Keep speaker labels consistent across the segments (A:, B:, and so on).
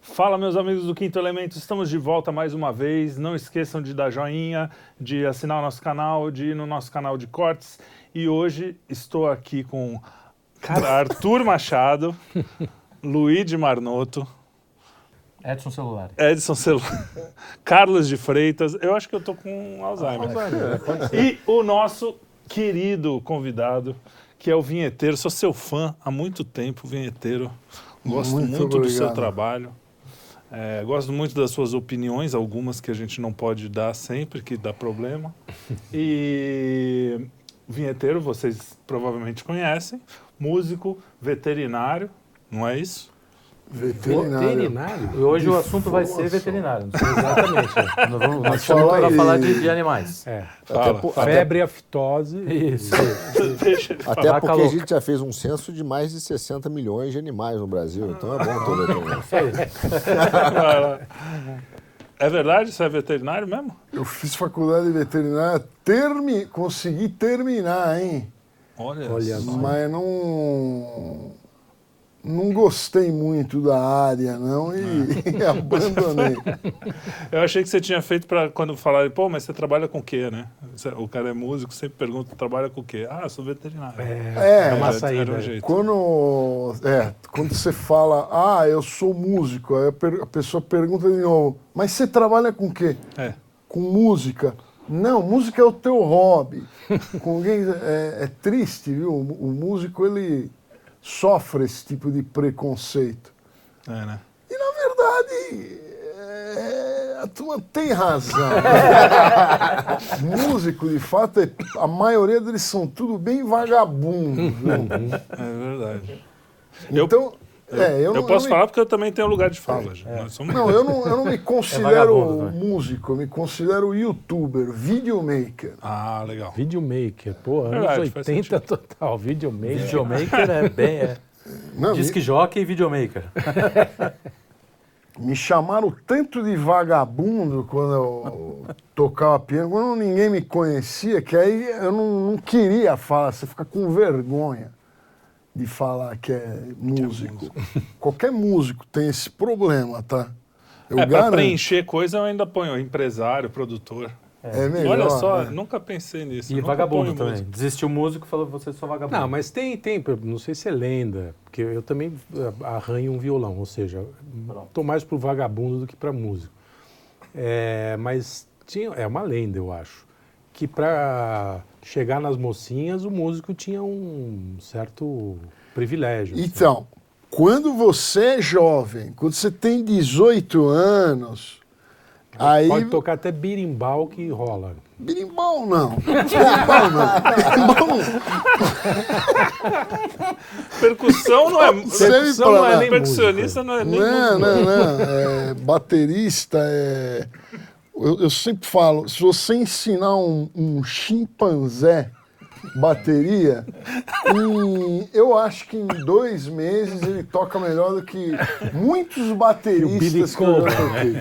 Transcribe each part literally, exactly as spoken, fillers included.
A: Fala, meus amigos do Quinto Elemento, estamos de volta mais uma vez. Não esqueçam de dar joinha, de assinar o nosso canal, de ir no nosso canal de cortes. E hoje estou aqui com cara, Arthur Machado, Luigi Marnoto,
B: Edson Celular.
A: Edson Celular, Carlos de Freitas. Eu acho que eu tô com Alzheimer.
B: Alzheimer, pode ser.
A: E o nosso querido convidado, que é o vinheteiro. Sou seu fã há muito tempo, vinheteiro. Gosto
C: Muito
A: muito do seu
C: obrigado.
A: trabalho. É, gosto muito das suas opiniões, algumas que a gente não pode dar sempre, que dá problema. E vinheteiro, vocês provavelmente conhecem, músico, veterinário, não é isso?
C: Veterinário.
B: Veterinário? E hoje
C: De
B: o assunto vai
C: força.
B: ser veterinário. Não sei exatamente. é. Nós vamos nós
C: fala
B: chamamos para
C: aí.
B: falar de, de animais.
D: É.
A: Fala,
C: po-
A: fala.
D: Febre, aftose.
B: Isso.
A: Deixa ele
C: Até
A: falar.
B: Vaca
C: porque a
B: louca.
C: gente já fez um censo de mais de sessenta milhões de animais no Brasil, então é bom ter veterinário.
B: Isso aí.
A: Vai lá. É verdade? Você é veterinário mesmo?
E: Eu fiz faculdade de veterinária, termi... consegui terminar, hein?
A: Olha,
D: Olha
A: só.
D: só.
E: Mas não, não gostei muito da área, não, e abandonei.
A: Eu achei que você tinha feito para quando falarem, pô, mas você trabalha com o quê, né? Você- O cara é músico, sempre pergunta, trabalha com o quê? Ah, sou veterinário.
E: É,
D: É uma
A: Era-
D: saída.
A: era um jeito.
E: Quando, é, quando você fala, ah, eu sou músico, aí a, per- a pessoa pergunta de novo, mas você trabalha com o quê?
A: É.
E: Com música. Não, música é o teu hobby. Com quem, é, é triste, viu? O, o músico, ele sofre esse tipo de preconceito.
A: É, né?
E: E, na verdade, é, a turma tem razão. Músico, de fato, é, a maioria deles são tudo bem vagabundos. viu?
A: É verdade. Eu-
E: Então, é, eu,
A: Eu,
E: não,
A: posso
E: eu
A: falar
E: me,
A: porque eu também tenho lugar de fala. já. Nós somos-
E: não, eu não, eu não me considero
B: vagabundo, né?
E: músico, eu me considero youtuber, videomaker.
A: Ah, legal.
D: Videomaker. Pô, anos
A: Verdade, faz
D: oitenta total. Videomaker.
B: Videomaker é bem. É.
E: Não, me,
B: Disc jockey e videomaker.
E: me chamaram tanto de vagabundo quando eu tocava piano, quando ninguém me conhecia, que aí eu não, não queria falar, você fica com vergonha de falar que é músico. Qualquer músico tem esse problema, tá? Eu
A: É, pra
E: garanto.
A: preencher coisa eu ainda ponho empresário, produtor.
E: É melhor.
A: Olha só,
E: né?
A: nunca pensei nisso.
B: E
A: nunca
B: vagabundo
A: ponho
B: também.
A: música.
B: Desistiu o músico e falou, você só vagabundo.
D: Não, mas tem, tem, não sei se é lenda, porque eu também eh, arranho um violão, ou seja, estou mais pro vagabundo do que para músico. É, mas tinha, é uma lenda, eu acho, que para chegar nas mocinhas o músico tinha um certo privilégio. assim.
E: Então, quando você é jovem, quando você tem dezoito anos, aí...
D: Pode tocar até birimbau que rola.
E: Birimbau não. Birimbau não. Birimbau
A: Percussão não é.
E: Serve
A: Percussão
E: pra
A: não é
E: nada.
A: nem percussionista, não é nem
E: não,
A: músico.
E: não, não. É, baterista é... Eu, eu sempre falo, se você ensinar um, um chimpanzé bateria, em- eu acho que em dois meses ele toca melhor do que muitos bateristas que eu já toquei.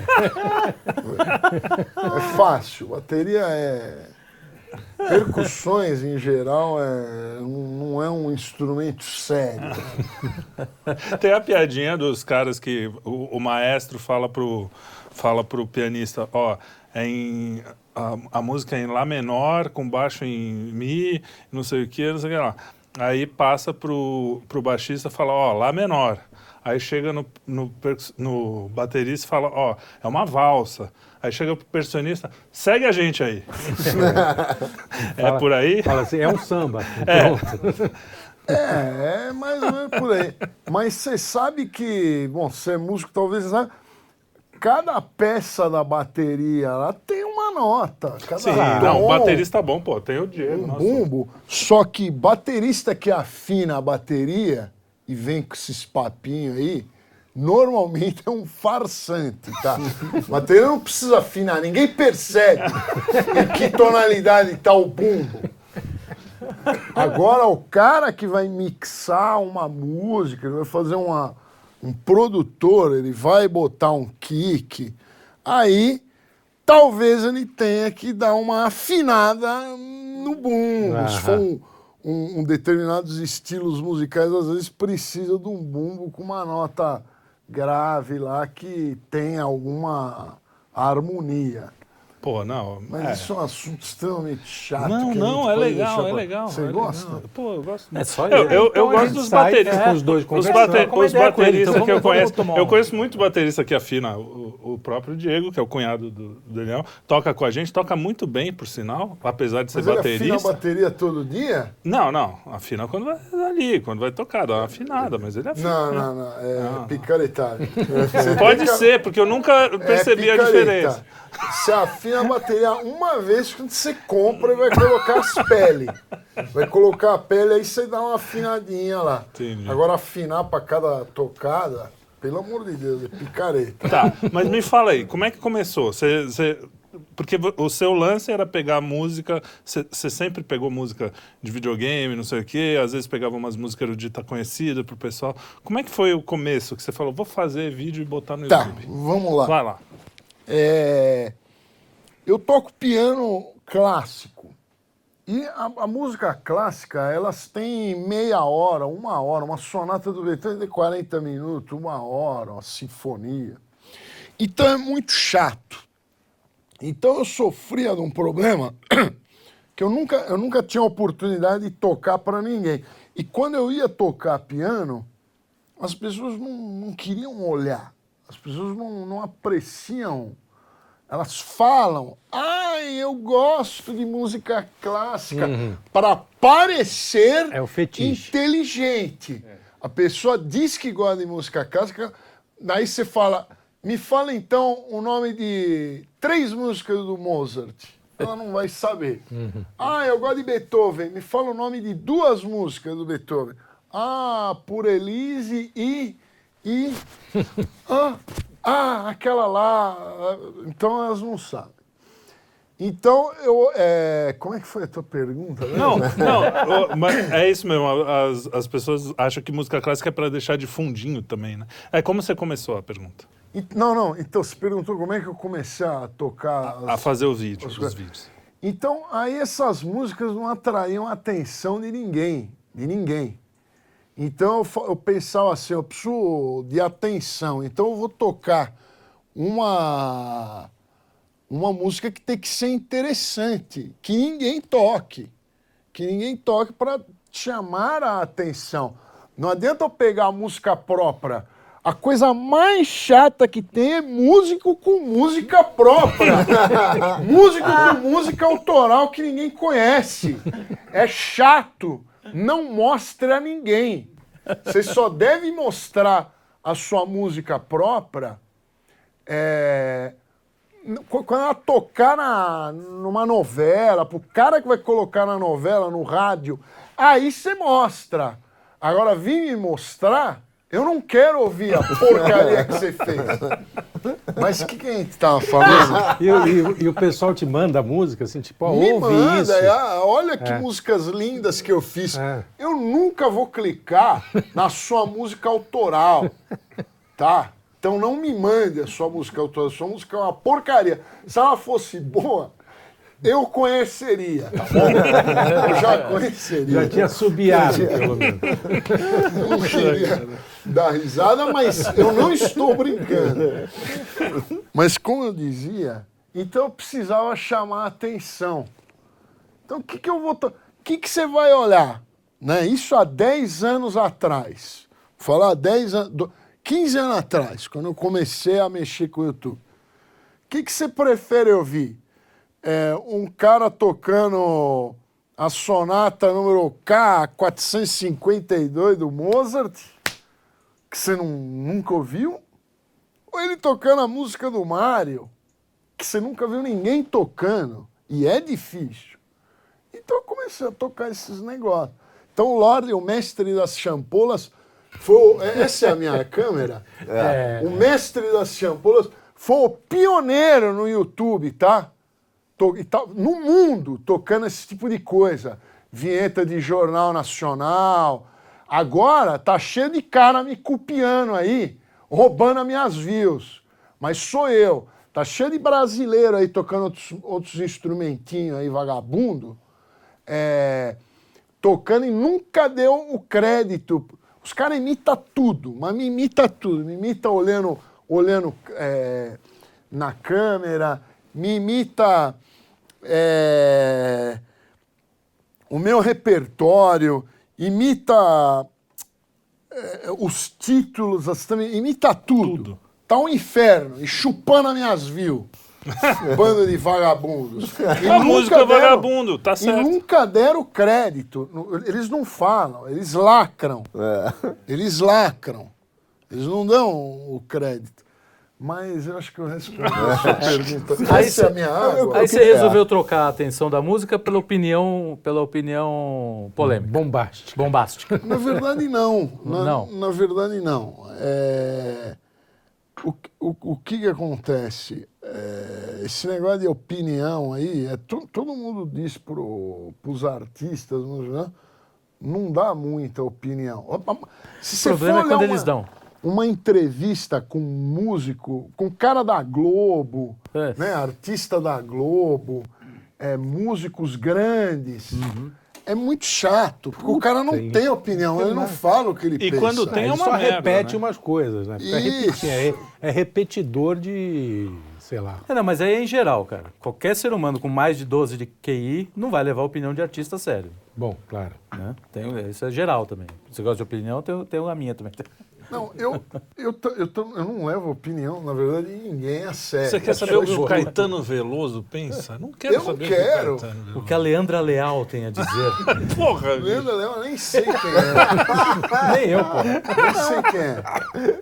E: É fácil, bateria é... Percussões, em geral, é, não não é um instrumento sério.
A: Tem a piadinha dos caras que o, o maestro fala pro, fala pro pianista, ó, é em, a, a música é em Lá menor, com baixo em Mi, não sei o que, não sei o que lá. Aí passa pro, pro baixista e fala, ó, Lá menor. Aí chega no, no, percus- no baterista e fala, ó, é uma valsa. Aí chega pro percussionista, segue a gente aí. É
D: Fala-
A: por aí?
D: Fala assim, é um samba.
A: É.
D: Pronto.
E: É, é mais ou menos por aí. Mas você sabe que, bom, você é músico, talvez você saiba, cada peça da bateria lá tem uma nota. Cada
A: Sim,
E: tom,
A: não, o baterista bom, pô, tem o Diego.
E: um
A: nossa.
E: bumbo. Só que baterista que afina a bateria e vem com esses papinhos aí, normalmente é um farsante, tá? Bateria não precisa afinar, ninguém percebe em que tonalidade está o bumbo. Agora, o cara que vai mixar uma música, ele vai fazer uma, um produtor, ele vai botar um kick, aí talvez ele tenha que dar uma afinada no bumbo.
D: Aham.
E: Se for um, um, um determinados estilos musicais, às vezes precisa de um bumbo com uma nota grave lá que tem alguma harmonia.
A: Pô, não.
E: Mas
A: é.
E: isso é um assunto extremamente chato.
A: Não,
E: que a
A: não,
E: gente
A: é
E: pode
A: legal,
E: deixar
A: é
E: pra-
A: legal.
E: Você
A: é
E: gosta?
A: legal. Pô, eu gosto
B: É
A: muito.
B: só
A: Eu,
B: ele.
A: eu,
D: Então
A: eu
D: a
A: gosto
D: gente
A: dos
D: sai,
A: bateristas.
D: fica os dois
A: Os,
D: conversando.
A: bate-
B: Troca uma
A: os
B: ideia com ele,
A: bateristas
B: então
A: que eu
B: vamos- vamos
A: conheço.
B: tomar
A: Eu
B: um.
A: conheço muito baterista que afina. O, o próprio Diego, que é o cunhado do, do Daniel, toca com a gente, toca muito bem, por sinal, apesar de ser
E: Mas ele afina a
A: baterista.
E: bateria todo dia?
A: Não, não. Afina quando vai ali, quando vai tocar, dá uma afinada, mas ele afina.
E: Não, não, não. É picaretagem. Você
A: Pode
E: tem que-
A: ser, porque eu nunca percebi a
E: picareta.
A: diferença.
E: Você afina a bateria uma vez quando você compra e vai colocar as peles. Vai colocar a pele, aí você dá uma afinadinha lá.
A: Entendi.
E: Agora afinar para cada tocada, pelo amor de Deus, é picareta.
A: Tá, mas me fala aí, como é que começou? Você, você- porque o seu lance era pegar música, você, você sempre pegou música de videogame, não sei o quê, às vezes pegava umas músicas eruditas conhecidas pro pessoal. Como é que foi o começo que você falou, vou fazer vídeo e botar no
E: Tá,
A: YouTube?
E: vamos lá.
A: Vai lá.
E: É, eu toco piano clássico. E a, a música clássica, elas têm meia hora, uma hora, uma sonata do Beethoven de quarenta minutos, uma hora, uma sinfonia. Então é muito chato. Então eu sofria de um problema que eu nunca, eu nunca tinha oportunidade de tocar para ninguém. E quando eu ia tocar piano, as pessoas não, não queriam olhar. As pessoas não, não apreciam. Elas falam, ai, eu gosto de música clássica, para parecer
D: É o fetiche.
E: inteligente. A pessoa diz que gosta de música clássica, daí você fala, me fala então o nome de três músicas do Mozart. Ela não vai saber. Ah, eu gosto de Beethoven, me fala o nome de duas músicas do Beethoven. Ah, Por Elise e... e ah, ah, aquela lá. Então elas não sabem. Então, eu. É, como é que foi a tua pergunta? né?
A: Não, não, o- mas é isso mesmo, as, as pessoas acham que música clássica é para deixar de fundinho também, né? É como você começou a pergunta?
E: E- Não, não. Então você perguntou como é que eu comecei a tocar.
A: A
E: as-
A: fazer o vídeo,
E: as
A: os
E: coisas.
A: vídeos.
E: Então, aí essas músicas não atraíam a atenção de ninguém. De ninguém. Então eu, fa- eu pensava assim, eu preciso de atenção. Então eu vou tocar uma, uma música que tem que ser interessante, que ninguém toque. Que ninguém toque para chamar a atenção. Não adianta eu pegar a música própria. A coisa mais chata que tem é músico com música própria. Músico com música autoral que ninguém conhece. É chato. Não mostre a ninguém. Você só deve mostrar a sua música própria é, quando ela tocar na, numa novela, pro cara que vai colocar na novela, no rádio, aí você mostra. Agora, vim me mostrar, eu não quero ouvir a porcaria que você fez. Mas o que, que a gente tava falando?
D: E, o- e o- e o pessoal te manda a música, assim, tipo, ó,
E: Me
D: ouve
E: manda,
D: isso.
E: é, ah, olha que
D: É.
E: músicas lindas que eu fiz.
D: É.
E: Eu nunca vou clicar na sua música autoral, tá? Então não me mande a sua música autoral, a sua música é uma porcaria. Se ela fosse boa, eu conheceria, tá bom? Eu já conheceria.
D: Já tinha subiado, pelo menos.
E: Não queria dar risada, mas eu não estou brincando. Mas como eu dizia, então eu precisava chamar a atenção. Então o que, que eu vou... to- O que, que você vai olhar? Né? Isso há dez anos atrás. Vou falar dez anos... do- quinze anos atrás, quando eu comecei a mexer com o YouTube. O que, que você prefere ouvir? É, um cara tocando a sonata número K quatrocentos e cinquenta e dois do Mozart, que você não, nunca ouviu? Ou ele tocando a música do Mário, que você nunca viu ninguém tocando, e é difícil. Então eu comecei a tocar esses negócios. Então o Lorde, o mestre das champolas, foi, o- essa é a minha câmera,
D: É.
E: o mestre das champolas foi o pioneiro no YouTube, tá? To- e tá no mundo tocando esse tipo de coisa. Vinheta de jornal nacional. Agora tá cheio de cara me copiando aí, roubando as minhas views. Mas sou eu. Tá cheio de brasileiro aí tocando outros, outros instrumentinhos aí, vagabundo. É, tocando e nunca deu o crédito. Os caras imitam tudo, mas me imita tudo. Me imita olhando, olhando é, na câmera, me imita é, o meu repertório, imita é, os títulos, as, imita tudo.
A: Tudo.
E: Tá um inferno, e chupando as minhas views. Bando de vagabundos. E
A: A
E: nunca
A: música é
E: deram-
A: vagabundo, tá
E: E
A: certo.
E: nunca deram crédito. Eles não falam, eles lacram.
C: É.
E: Eles lacram. Eles não dão o crédito. Mas eu acho que eu respondi a sua pergunta.
B: Aí
E: Essa é a
B: cê-
E: minha água.
B: Aí você resolveu trocar a atenção da música pela opinião, pela opinião polêmica,
D: Bombástico.
B: bombástica.
E: Na verdade, não. Na,
B: Não.
E: na verdade, não. É, O, o, o que que acontece? É, esse negócio de opinião aí, é, to- todo mundo diz para os artistas, né, não dá muita opinião. Se
B: O
E: você
B: problema é
E: for
B: quando
E: olhar
B: eles
E: uma-
B: dão.
E: uma entrevista com um músico, com cara da Globo,
B: É.
E: né, artista da Globo, é, músicos grandes, é muito chato, porque o cara não
D: tem-
E: tem opinião, ele não fala o que ele
A: E
E: pensa.
A: quando tem-
D: Ele
A: é uma
D: só
A: merda,
D: repete
A: né?
D: umas coisas, né? Fica
E: Isso.
D: repetindo, é, é repetidor de, sei lá.
B: É, não, mas aí é em geral, cara. Qualquer ser humano com mais de doze de Q I não vai levar a opinião de artista a sério.
D: Bom, claro.
B: Né? Tem, isso é geral também. Você gosta de opinião, tem, tem a minha também.
E: Não, eu, eu, tô- eu, tô- eu não levo opinião, na verdade, de ninguém a sério.
A: Você quer saber o que o
E: Só-
A: Caetano Veloso pensa? Não quero
E: Eu não
A: saber
E: quero.
A: o que o Caetano
B: O
A: Veloso.
B: que a Leandra Leal tem a dizer.
A: Porra, bicho.
E: Leandro Leão, eu nem sei quem é.
B: Nem eu, pô.
E: Nem sei quem é.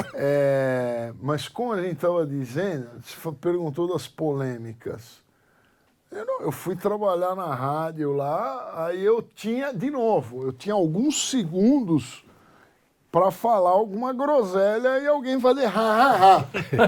E: É, mas como a gente estava dizendo, você fa- perguntou das polêmicas. Eu, não- eu fui trabalhar na rádio lá, aí eu tinha, de novo, eu tinha alguns segundos para falar alguma groselha e alguém fazer ha, ha,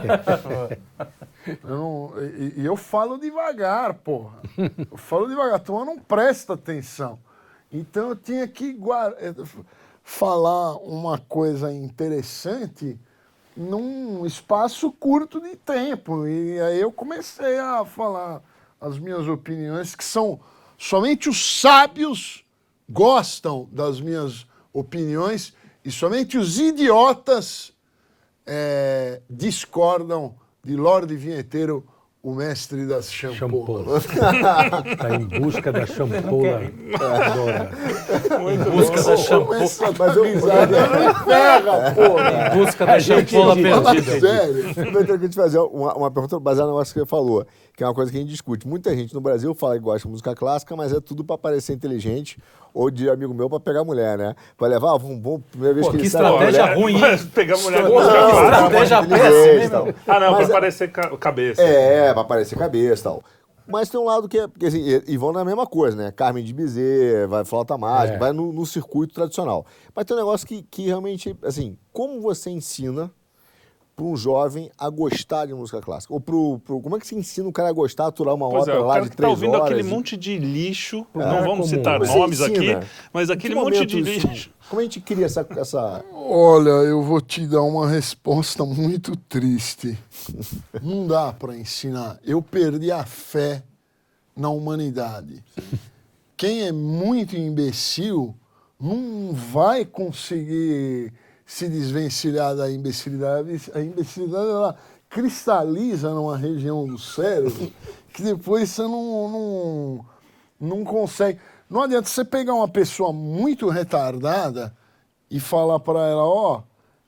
E: ha. Eu não- e, e eu falo devagar, porra. Eu falo devagar, a turma não presta atenção. Então eu tinha que guar- eh, f- falar uma coisa interessante num espaço curto de tempo. E aí eu comecei a falar as minhas opiniões, que são somente os sábios gostam das minhas opiniões e somente os idiotas eh, discordam de Lorde Vinheteiro, o mestre das champolas.
D: Champola. Tá em busca da champola. Adora.
B: Em busca da champola.
C: Mas eu,
E: Risada não ferra, porra!
B: Em busca da champola
E: Fala
B: perdida.
E: sério.
C: eu queria te fazer uma, uma pergunta baseada no negócio que você falou, que é uma coisa que a gente discute. Muita gente no Brasil fala que gosta de música clássica, mas é tudo para parecer inteligente, ou de amigo meu para pegar mulher, né? Vai levar, ah, vamos, vamos, primeira vez
B: Pô,
C: que
B: que
C: ele sai com a
B: estratégia
C: mulher,
B: ruim, hein?
A: Mas pegar mulher com
B: Pô,
A: música
B: que
A: clássica.
B: estratégia
C: inteligente
B: péssima,
C: e
B: hein,
C: tal.
B: meu?
A: Ah, não,
C: Mas
A: pra parecer ca- cabeça.
C: É, pra parecer cabeça e tal. Mas tem um lado que é. Porque, assim, e, e vão na mesma coisa, né? Carmen de Bizet, vai flauta mágica,
D: É.
C: vai no, no circuito tradicional. Mas tem um negócio que, que realmente, assim, como você ensina para um jovem a gostar de música clássica? Ou pro, pro- como é que você ensina o cara a gostar, a aturar uma
A: Pois é,
C: ópera
A: o
C: lá
A: cara
C: de
A: que
C: três
A: tá ouvindo
C: horas?
A: aquele
C: e-
A: monte de lixo,
D: É,
A: não vamos
D: comum.
A: citar
C: Você
A: nomes
C: ensina.
A: aqui, mas
C: Em
A: aquele
C: que
A: monte
C: momento
A: de
C: isso-
A: lixo.
C: Como a gente cria essa... essa...
E: Olha, eu vou te dar uma resposta muito triste. Não dá para ensinar. Eu perdi a fé na humanidade. Quem é muito imbecil não vai conseguir se desvencilhar da imbecilidade. A imbecilidade, ela cristaliza numa região do cérebro que depois você não, não, não consegue. Não adianta você pegar uma pessoa muito retardada e falar para ela, ó,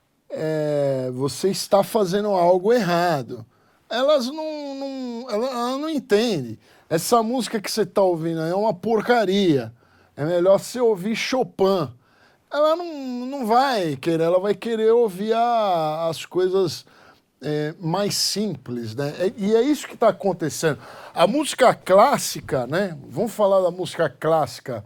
E: é, você está fazendo algo errado. Elas não, não, ela, ela não entende. Essa música que você está ouvindo aí é uma porcaria. É melhor você ouvir Chopin. Ela não, não vai querer, ela vai querer ouvir a- as coisas é, mais simples, né? É- E é isso que está acontecendo. A música clássica, né? Vamos falar da música clássica,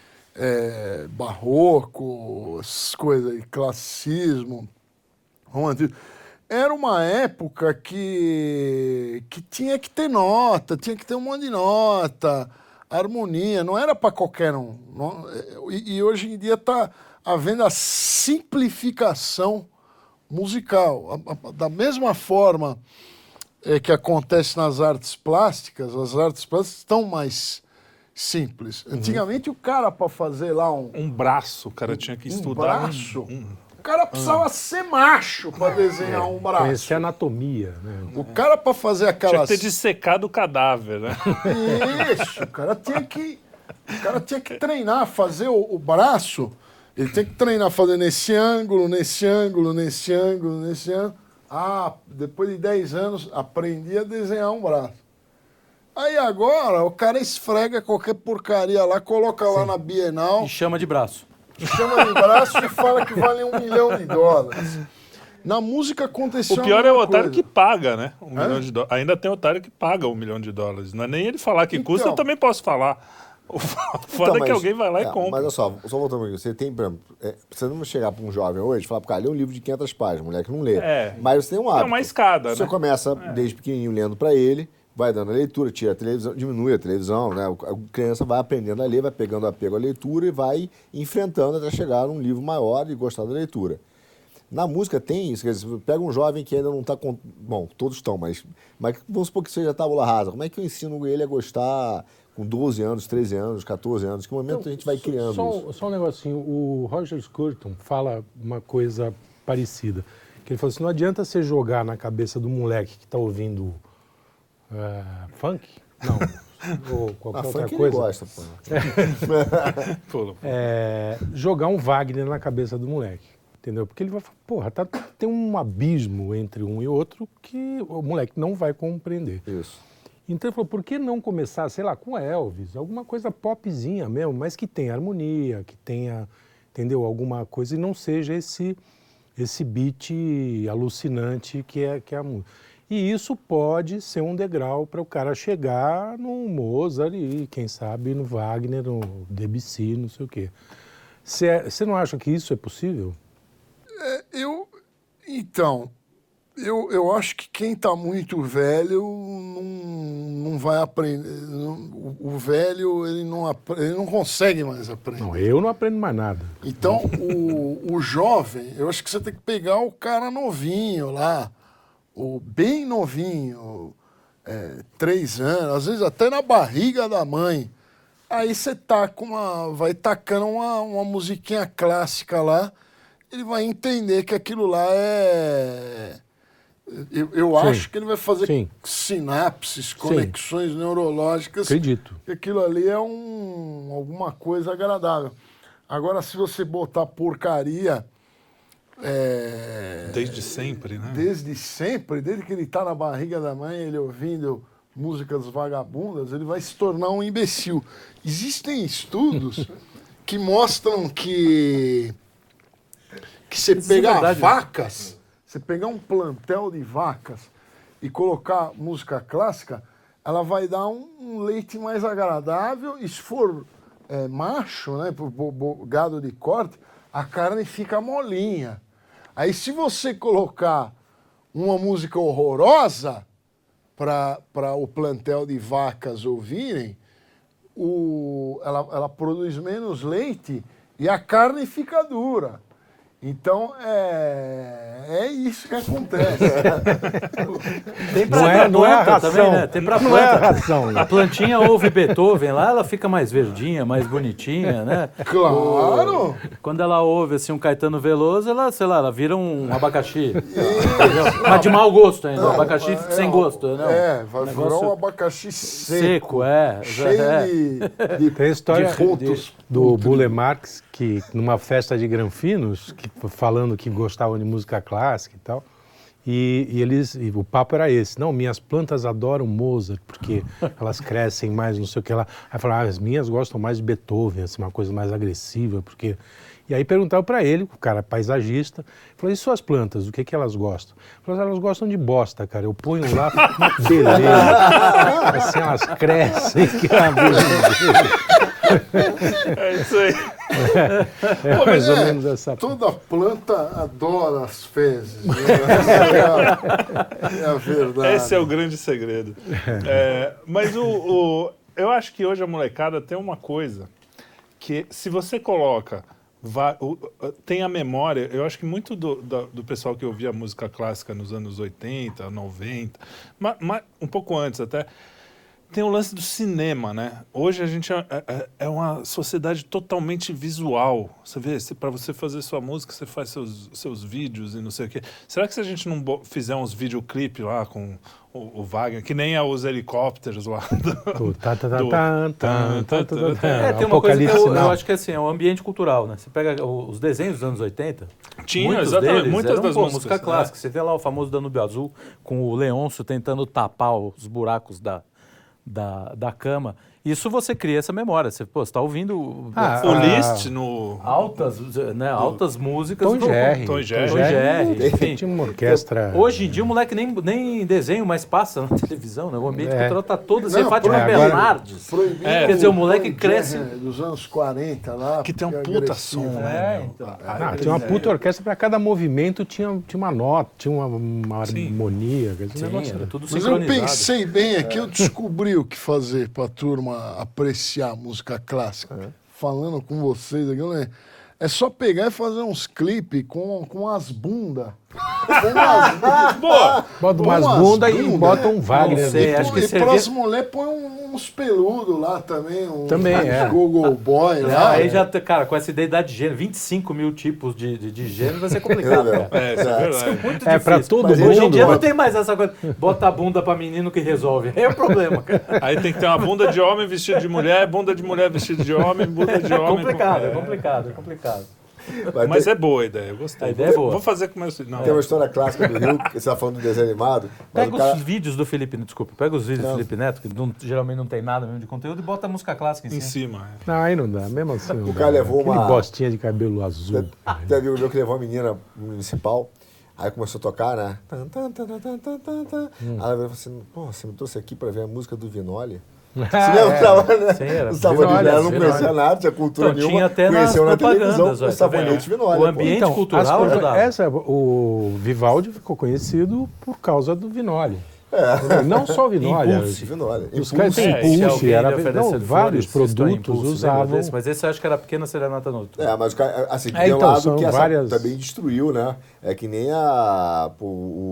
E: é, barroco, essas coisas aí, classicismo, romantismo. Era uma época que, que tinha que ter nota, tinha que ter um monte de nota, harmonia, não era para qualquer um. Não- e, e hoje em dia está havendo a simplificação musical. A- a- da mesma forma é, que acontece nas artes plásticas, as artes plásticas estão mais simples. Antigamente, o cara, para fazer lá um,
A: Um braço, o cara tinha que
E: um
A: estudar.
E: braço,
A: um- um-
E: o cara precisava ser macho para desenhar um braço.
D: Conhecer a anatomia, né?
E: O cara, para fazer
A: Tinha que
E: aquelas...
A: ter dissecado o cadáver, né?
E: Isso, o cara tinha que, o cara tinha que treinar, fazer o, o braço, ele tem que treinar, fazer nesse ângulo, nesse ângulo, nesse ângulo, nesse ângulo. Ah, depois de dez anos, aprendi a desenhar um braço. Aí agora, o cara esfrega qualquer porcaria lá, coloca lá na Bienal,
B: E chama de braço.
E: chama de braço e fala que vale um milhão de dólares. Na música aconteceu
A: O pior
E: a
A: é o
E: mesma
A: otário
E: coisa.
A: que paga, né? Um milhão de dólares. Ainda tem otário que paga um milhão de dólares. Não é nem ele falar que custa,
E: Então.
A: eu também posso falar. O foda
C: Então,
A: é que
C: mas-
A: alguém vai lá e
C: é,
A: compra.
C: Mas olha só, só voltando um pouquinho, você tem, por exemplo, é, você não chegar para um jovem hoje e falar, cara, lê um livro de quinhentas páginas, moleque não lê.
A: É.
C: Mas você tem um hábito.
A: uma escada,
C: Você
A: né?
C: começa desde pequenininho lendo para ele, vai dando a leitura, tira a televisão, diminui a televisão, né? O- A criança vai aprendendo a ler, vai pegando apego à leitura e vai enfrentando até chegar num livro maior e gostar da leitura. Na música tem isso, quer dizer, você pega um jovem que ainda não está... Com... Bom, todos estão, mas, mas vamos supor que seja tábula rasa. Como é que eu ensino ele a gostar com doze anos, treze anos, quatorze anos? Que momento a gente vai criando
D: só,
C: isso?
D: Só um negocinho, o Roger Scruton fala uma coisa parecida. Que ele falou assim, não adianta você jogar na cabeça do moleque que está ouvindo eh, funk, não, ou qualquer
C: Ah,
D: outra
C: funk ele
D: coisa.
C: gosta, pô.
A: Pula.
D: É, jogar um Wagner na cabeça do moleque, entendeu? Porque ele vai falar, porra, tá, tem um abismo entre um e outro que o moleque não vai compreender.
C: Isso.
D: Então ele falou, por que não começar, sei lá, com Elvis, alguma coisa popzinha mesmo, mas que tenha harmonia, que tenha, entendeu, alguma coisa e não seja esse, esse beat alucinante que é, que é a música. E isso pode ser um degrau para o cara chegar no Mozart e, quem sabe, no Wagner, no Debussy, não sei o quê. Você não acha que isso é possível?
E: Eu, então, eu, eu acho que quem está muito velho não, não vai aprender. não- o, o velho, ele não, apre- ele não consegue mais aprender.
D: Não, eu não aprendo mais nada.
E: Então, o, o jovem, eu acho que você tem que pegar o cara novinho lá, o bem novinho, é, três anos, às vezes até na barriga da mãe. Aí você tá com uma, vai tacando uma, uma musiquinha clássica lá, ele vai entender que aquilo lá é... Eu, eu
D: Sim.
E: acho que ele vai fazer
D: Sim.
E: sinapses, conexões neurológicas.
D: Acredito.
E: Que aquilo ali é um, alguma coisa agradável. Agora, se você botar porcaria... é,
A: Desde sempre, né?
E: desde sempre, desde que ele está na barriga da mãe, ele ouvindo músicas vagabundas, ele vai se tornar um imbecil. Existem estudos que mostram que que você
B: Isso é
E: pegar
B: verdade, né?
E: vacas, você pegar um plantel de vacas e colocar música clássica, ela vai dar um, um leite mais agradável. E se for é, macho, né, pro bo- bo- gado de corte, a carne fica molinha. Aí se você colocar uma música horrorosa para o plantel de vacas ouvirem, o, ela, ela produz menos leite e a carne fica dura. Então, é, é isso que acontece.
B: Tem pra
D: Não é-
B: pra
D: não é a
B: planta também,
D: ração.
B: né? Tem pra
D: Não é a
B: planta.
D: ração, né?
B: A plantinha ouve Beethoven lá, ela fica mais verdinha, mais bonitinha, né?
E: Claro!
B: Quando ela ouve assim um Caetano Veloso, ela, sei lá, ela vira um abacaxi. Entendeu? Mas de mau gosto ainda, um abacaxi
E: É,
B: sem gosto. Não.
E: É, vai
B: Negócio
E: virar um abacaxi seco.
B: seco, é.
E: Cheio
B: é.
E: de, de,
D: Tem a história
E: de pontos.
D: do Buller Marx, que numa festa de granfinos, que, falando que gostavam de música clássica e tal, e, e eles, e o papo era esse, não, minhas plantas adoram Mozart, porque elas crescem mais, não sei o que lá. Aí falaram, ah, as minhas gostam mais de Beethoven, assim, uma coisa mais agressiva, porque... E aí perguntaram para ele, o cara paisagista, falou, e suas plantas, o que que elas gostam? Ele falou, elas gostam de bosta, cara, eu ponho lá, fica uma beleza, assim, elas crescem, que é uma beleza.
A: É isso aí.
D: É mais ou
E: É,
D: menos essa...
E: toda planta adora as fezes. Né? Essa é, a, é a verdade.
A: Esse é o grande segredo. É, mas o, o- eu acho que hoje a molecada tem uma coisa que, se você coloca, va- o- tem a memória, eu acho que muito do, do, do pessoal que ouvia música clássica nos anos oitenta, noventa, ma- ma- um pouco antes até, tem o lance do cinema, né? Hoje a gente é, é, é uma sociedade totalmente visual. Você vê, para você fazer sua música, você faz seus, seus vídeos e não sei o quê. Será que se a gente não fizer uns videoclipes lá com o, o Wagner, que nem é os helicópteros lá do...
D: Tá, tá, tá,
A: do-
D: tá, tá, tá, tá, tá.
B: É, tem uma coisa que
D: Apocalipse
B: eu, eu
D: Now.
B: acho que assim, é um ambiente cultural, né? Você pega o- os desenhos dos anos oitenta,
A: Tinha,
B: muitos
A: exatamente,
B: deles
A: muitas
B: eram,
A: das
B: pô,
A: músicas,
B: música
A: né?
B: clássica. Você vê lá o famoso Danúbio Azul com o Leôncio tentando tapar os buracos da, da, da cama. Isso você cria essa memória. Você, pô, você tá ouvindo
D: Ah,
A: O
D: Ah.
A: Liszt no...
B: altas, né, altas músicas
D: Tom
B: do
D: Jerry.
A: Tom Jerry.
B: Tom Jerry, enfim.
D: Tinha uma orquestra...
B: Hoje em dia o moleque nem, nem desenho mais passa na televisão, né? O ambiente
D: É.
B: cultural tá todo... Você
E: Não,
B: Fátima
D: é, agora-
B: Bernardes.
E: Proibido
A: É.
B: Quer dizer, o moleque
E: Tom Jerry
B: cresce...
E: dos anos quarenta lá.
A: Que tem um
E: porque é
A: puta
E: agressivo.
A: som, né?
B: É,
A: meu?
B: então.
D: Ah, tinha uma puta orquestra, para cada movimento tinha, tinha uma nota, tinha uma, uma
A: Sim.
D: harmonia. Esse
B: Sim,
D: negócio
B: era
D: era-
B: tudo
E: Mas eu
B: sincronizado.
E: pensei bem aqui, eu descobri o que fazer pra turma apreciar a música clássica. Falando com vocês aqui, eu lembro. É só pegar e fazer uns clipes com, com as bundas. Com umas,
A: Boa!
D: Bota
E: Com
D: umas
E: umas
D: bundas e
E: bundas.
D: bota um Wagner.
B: Não sei,
D: ali.
B: acho que
E: e
B: servia-
E: pras mulheres põe um- uns peludos lá também. Um,
D: Também,
E: uns
D: é.
E: Google Boy
B: Não,
E: lá.
B: aí já, cara, com essa identidade de gênero, vinte e cinco mil tipos de, de, de gênero vai ser complicado, cara.
A: É, isso é verdade.
B: Muito
D: É, pra
B: difícil.
D: todo
B: Mas hoje em
D: mundo.
B: dia não tem mais essa coisa. Bota a bunda pra menino que resolve. Aí é o problema, cara.
A: Aí tem que ter uma bunda de homem vestida de mulher, bunda de mulher vestida de homem, bunda de
B: É
A: homem...
B: complicado, é complicado, é complicado.
C: Vai
A: Mas
C: ter-
A: é boa a ideia, eu gostei.
B: A ideia é boa.
A: Vou fazer com meus filhos. Não,
C: Tem uma história clássica do Rio, que você está falando do desenho animado. Mas
B: Pega
C: o cara...
B: os vídeos do Felipe, desculpa, pega os vídeos
C: Não.
B: do Felipe Neto, que não- geralmente não tem nada mesmo de conteúdo, e bota a música clássica em
A: em
B: cima.
A: cima. é.
D: Não, aí não dá, mesmo assim não
C: O
D: dá.
C: cara levou
D: Aquele
C: uma-
D: bostinha de cabelo azul.
C: Tem um amigo meu que levou uma menina municipal, aí começou a tocar, né? Tan, tan, tan, tan, tan, tan, tan. Aí ela falou assim, pô, você me trouxe aqui pra ver a música do Vinoli? Você lembra, né?
B: Sim, era
C: Os sabonetes,
B: Vinoli,
C: ela não
B: Vinoli.
C: conhecia nada, tinha cultura
B: Então,
C: nenhuma,
B: tinha até nas
C: conheceu na televisão
B: propagandas,
C: com
B: ó,
C: os
B: tá vendo?
C: sabonetes Vinoli.
B: O
C: pô.
B: ambiente
D: Então,
B: cultural
D: as pro-
B: ajudava.
D: essa, o Vivaldi ficou conhecido por causa do Vinoli.
C: É.
D: Não só o Vinoli.
B: Impulse.
C: Vinoli.
D: Os caras têm
A: É,
B: Se
D: Impulse,
B: alguém
D: era,
B: lhe oferecer
D: não, vários
B: flores, estou em
D: produtos
B: Impulso, lembra
D: usavam.
B: desse? Mas esse eu acho que era Pequena Serenata Noturna.
C: É, mas o cara, assim,
D: É,
C: tem um
D: então,
C: lado
D: são
C: que essa
D: várias-
C: também destruiu, né? É que nem a, pô,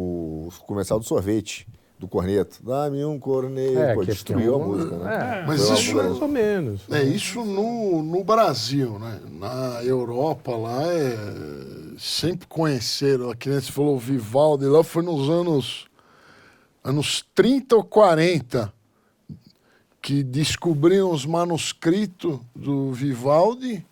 C: o comercial do sorvete, do corneto. Dá-me um corneto.
D: É,
C: pô,
D: que
C: destruiu
D: tem
C: a
D: um-
C: música, né?
D: É,
E: Mas
C: Foi uma
E: isso-
C: coisa-
D: mais ou menos.
E: É isso no, no Brasil, né? Na Europa lá é sempre conheceram. A criança falou Vivaldi lá foi nos anos anos trinta ou quarenta que descobriram os manuscritos do Vivaldi.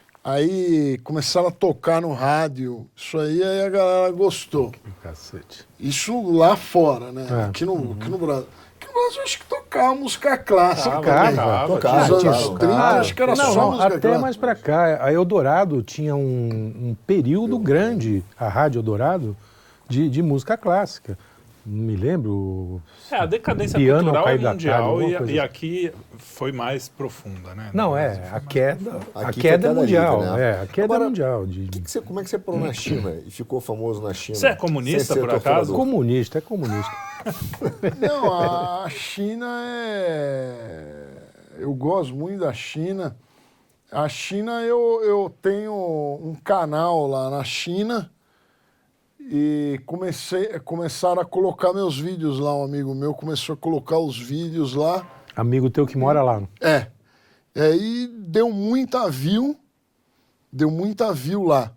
E: Aí começaram a tocar no rádio. Isso aí, aí a galera gostou.
D: Cacete.
E: Isso lá fora, né?
D: É.
E: Aqui, no, aqui no Brasil. Aqui no Brasil acho que tocava música clássica.
D: Tocava,
E: também.
C: tocava,
E: Nos anos
C: tocava.
E: trinta,
C: Ah,
E: acho que era
D: não,
E: só
D: não,
E: música
D: até
E: clássica.
D: mais pra cá. A Eldorado tinha um, um período grande, a Rádio Eldorado, de, de música clássica. Não me lembro.
A: É, a decadência
D: Piano
A: cultural
D: ao
A: é
D: cair da
A: mundial
D: tarde, alguma
A: e,
D: coisa
A: e
D: assim.
A: aqui foi mais profunda, né?
D: Não,
A: No
D: é,
A: Brasil foi
D: a
A: mais
D: queda,
A: profunda.
D: a
C: Aqui foi
D: queda é
C: queda
D: mundial.
C: livre, né?
D: É, a queda
C: Agora,
D: é mundial. De,
C: Que que você, como é que você parou na China e ficou famoso na China?
A: Você é comunista,
C: Sem ser
A: por acaso?
C: torturador?
D: comunista, é comunista.
E: Não, a China é. Eu gosto muito da China. A China, eu, eu tenho um canal lá na China e comecei, começaram a colocar meus vídeos lá. Um amigo meu começou a colocar os vídeos lá.
D: Amigo teu que mora lá.
E: É. E aí deu muita view, deu muita view lá.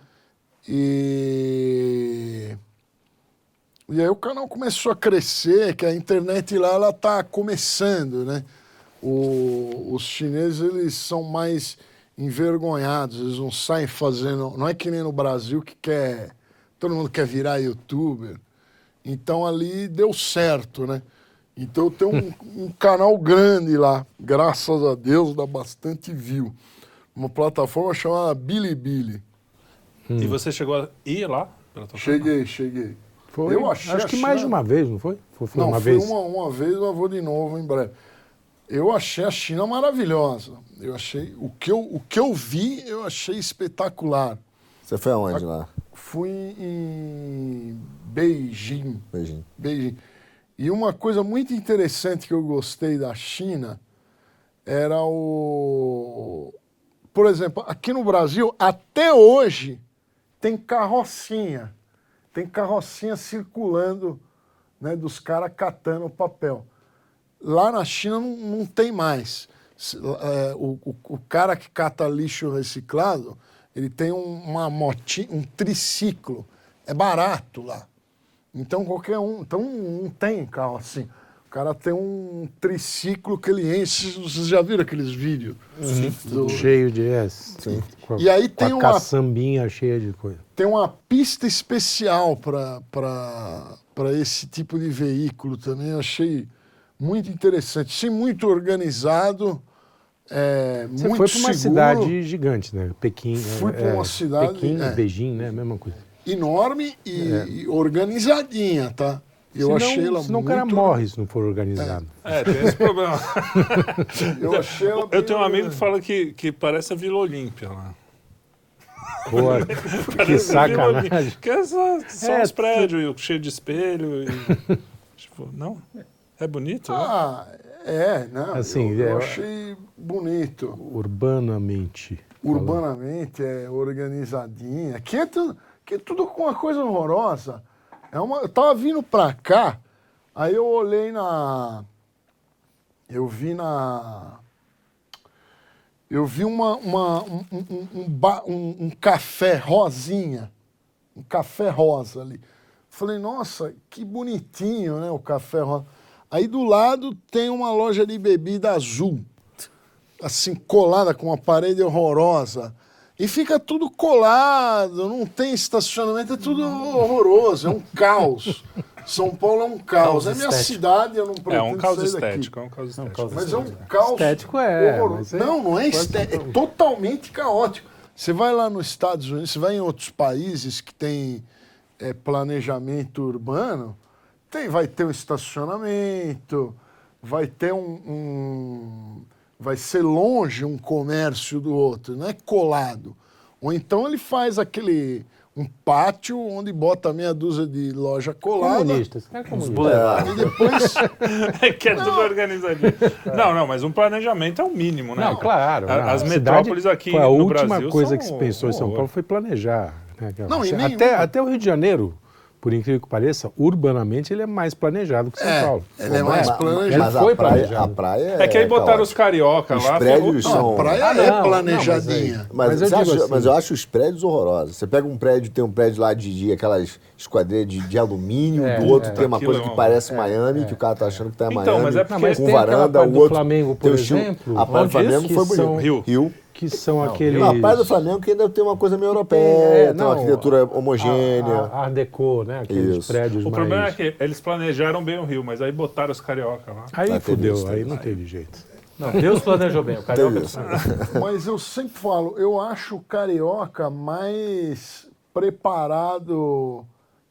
E: E... E aí o canal começou a crescer, que a internet lá, ela tá começando, né? O- os chineses, eles são mais envergonhados, eles não saem fazendo... Não é que nem no Brasil que quer... Todo mundo quer virar youtuber. Então ali deu certo, né? Então eu tenho um, um canal grande lá, graças a Deus, dá bastante view. Uma plataforma chamada Bilibili.
A: E você chegou a ir lá? Pela tua
E: Cheguei, cheguei.
D: Foi,
E: Eu achei
D: acho
E: a
D: que mais de
E: China-
D: uma vez, não foi? Foi, foi
E: Não,
D: uma
E: foi
D: vez.
E: uma, uma vez, eu vou de novo em breve. Eu achei a China maravilhosa. Eu achei... O que eu, o que eu vi, eu achei espetacular.
C: Você foi aonde lá?
E: Fui em Beijing.
C: Beijinho.
E: Beijing. E uma coisa muito interessante que eu gostei da China era o... Por exemplo, aqui no Brasil, até hoje, tem carrocinha. Tem carrocinha circulando, né, dos caras catando papel. lá na China não, não tem mais. É, o, o, o cara que cata lixo reciclado, ele tem um, uma motinha, um triciclo. É barato lá. Então qualquer um... Então não tem carro assim. O cara tem um triciclo que ele enche. Vocês já viram aqueles vídeos?
D: Sim.
E: Do...
D: Cheio de... É, sim. Com a,
E: E aí tem
D: com a
E: uma...
D: caçambinha cheia de coisa.
E: Tem uma pista especial para esse tipo de veículo também. Eu achei muito interessante. Sim, muito organizado, é,
D: Você
E: muito
D: foi para uma
E: seguro,
D: cidade gigante, né? Pequim.
E: Fui
D: é,
E: pra uma cidade,
D: Pequim,
E: é.
D: Beijing, né? Mesma coisa.
E: enorme e, e organizadinha, tá? Eu
D: senão,
E: achei ela
D: senão
E: muito...
D: o cara morre se não for organizado.
A: É, tem esse problema.
E: Eu achei ela
A: Eu
E: bem
A: tenho um amigo que
E: organizada.
A: fala que, que parece a Vila Olímpia lá.
D: Boa, que
A: Parece a Vila
D: sacanagem.
A: Olímpia. Que é só, só
D: É,
A: uns prédios cheios de espelho. E, tipo, não? É bonito, né?
E: Ah, é, não,
D: Assim,
E: eu, eu
D: é-
E: achei bonito.
D: Urbanamente.
E: Urbanamente, é organizadinha. Aqui é tudo, aqui é tudo com uma coisa horrorosa. É uma, eu tava vindo pra cá, aí eu olhei na... Eu vi na... Eu vi uma, uma, um, um, um, ba- um- um café rosinha, um café rosa ali. Falei, nossa, que bonitinho, né, o café rosa. Aí do lado tem uma loja de bebida azul, assim, colada com uma parede horrorosa. E fica tudo colado, não tem estacionamento, é tudo horroroso, é um caos. São Paulo é um caos.
B: Caos
E: É minha
B: estético.
E: cidade, eu não pretendo
A: É um caos
E: sair daqui.
A: estético, é um caos estético.
B: caos
E: Mas é um caos
D: Estético é,
E: horroroso.
D: mas é-
E: Não, não é estético, é totalmente caótico. Você vai lá nos Estados Unidos, você vai em outros países que tem é, planejamento urbano, tem, vai ter um estacionamento, vai ter um, um- vai ser longe um comércio do outro, não é colado. Ou então ele faz aquele um pátio onde bota meia dúzia de loja colada.
D: Comunistas. É comunista.
B: Boulevard.
E: E depois
A: que é tudo organizadinho. Não, não, mas um planejamento é o mínimo, né?
D: Não, claro.
A: A-
D: não.
A: As
D: A
A: metrópoles
D: cidade
A: aqui
D: foi a
A: no
D: última
A: Brasil
D: coisa
A: são
D: que se pensou em São
A: horror.
D: Paulo foi planejar. Né?
E: Não, e
D: até,
E: nenhuma.
D: até o Rio de Janeiro, por incrível que pareça, urbanamente ele é mais planejado que São
E: É,
D: Paulo.
E: ele é
D: Não
E: mais
C: Mas-
E: planejado.
C: Mas
D: Ele foi
C: a praia,
D: planejado.
C: a praia
A: É que aí botaram
C: caótica.
A: os carioca
C: Os
A: lá.
C: prédios
A: ferrou-
C: são-
E: a praia
D: Ah,
E: é
D: não,
E: planejadinha.
C: Mas,
D: Mas eu
C: você
D: digo
C: acha-
D: assim-
C: mas eu acho os prédios horrorosos. Você pega um prédio, tem um prédio lá de, de aquelas esquadrias de, de alumínio,
D: É,
C: do outro
D: é.
C: tem uma
A: Aquilo
C: coisa
A: é
C: que
A: um-
C: parece Miami, que o cara tá achando que tá em
A: Então,
C: Miami,
A: mas é porque-
D: mas
C: com
D: tem aquela
C: varanda,
D: parte
C: o
D: do
C: outro
D: Flamengo, por
C: tem o estilo-
D: exemplo,
C: A praia do
B: onde
C: Flamengo
D: isso?
C: foi
D: Que são-
C: bonito.
A: Rio.
C: Rio.
D: que são aqueles...
C: Não, a praia do Flamengo que ainda tem uma coisa meio europeia,
D: É,
C: tem uma
D: não,
C: arquitetura
D: a-
C: homogênea.
D: A, a Art Deco, né? Aqueles
C: Isso.
D: prédios
A: O
D: mais...
A: problema é que eles planejaram bem o Rio, mas aí botaram os carioca lá.
D: Aí
C: Vai ter
D: fudeu,
C: isso,
D: aí
C: tem
D: não teve jeito.
B: Não, Deus planejou bem. O Carioca
C: Tem isso.
E: Mas eu sempre falo, eu acho o carioca mais preparado,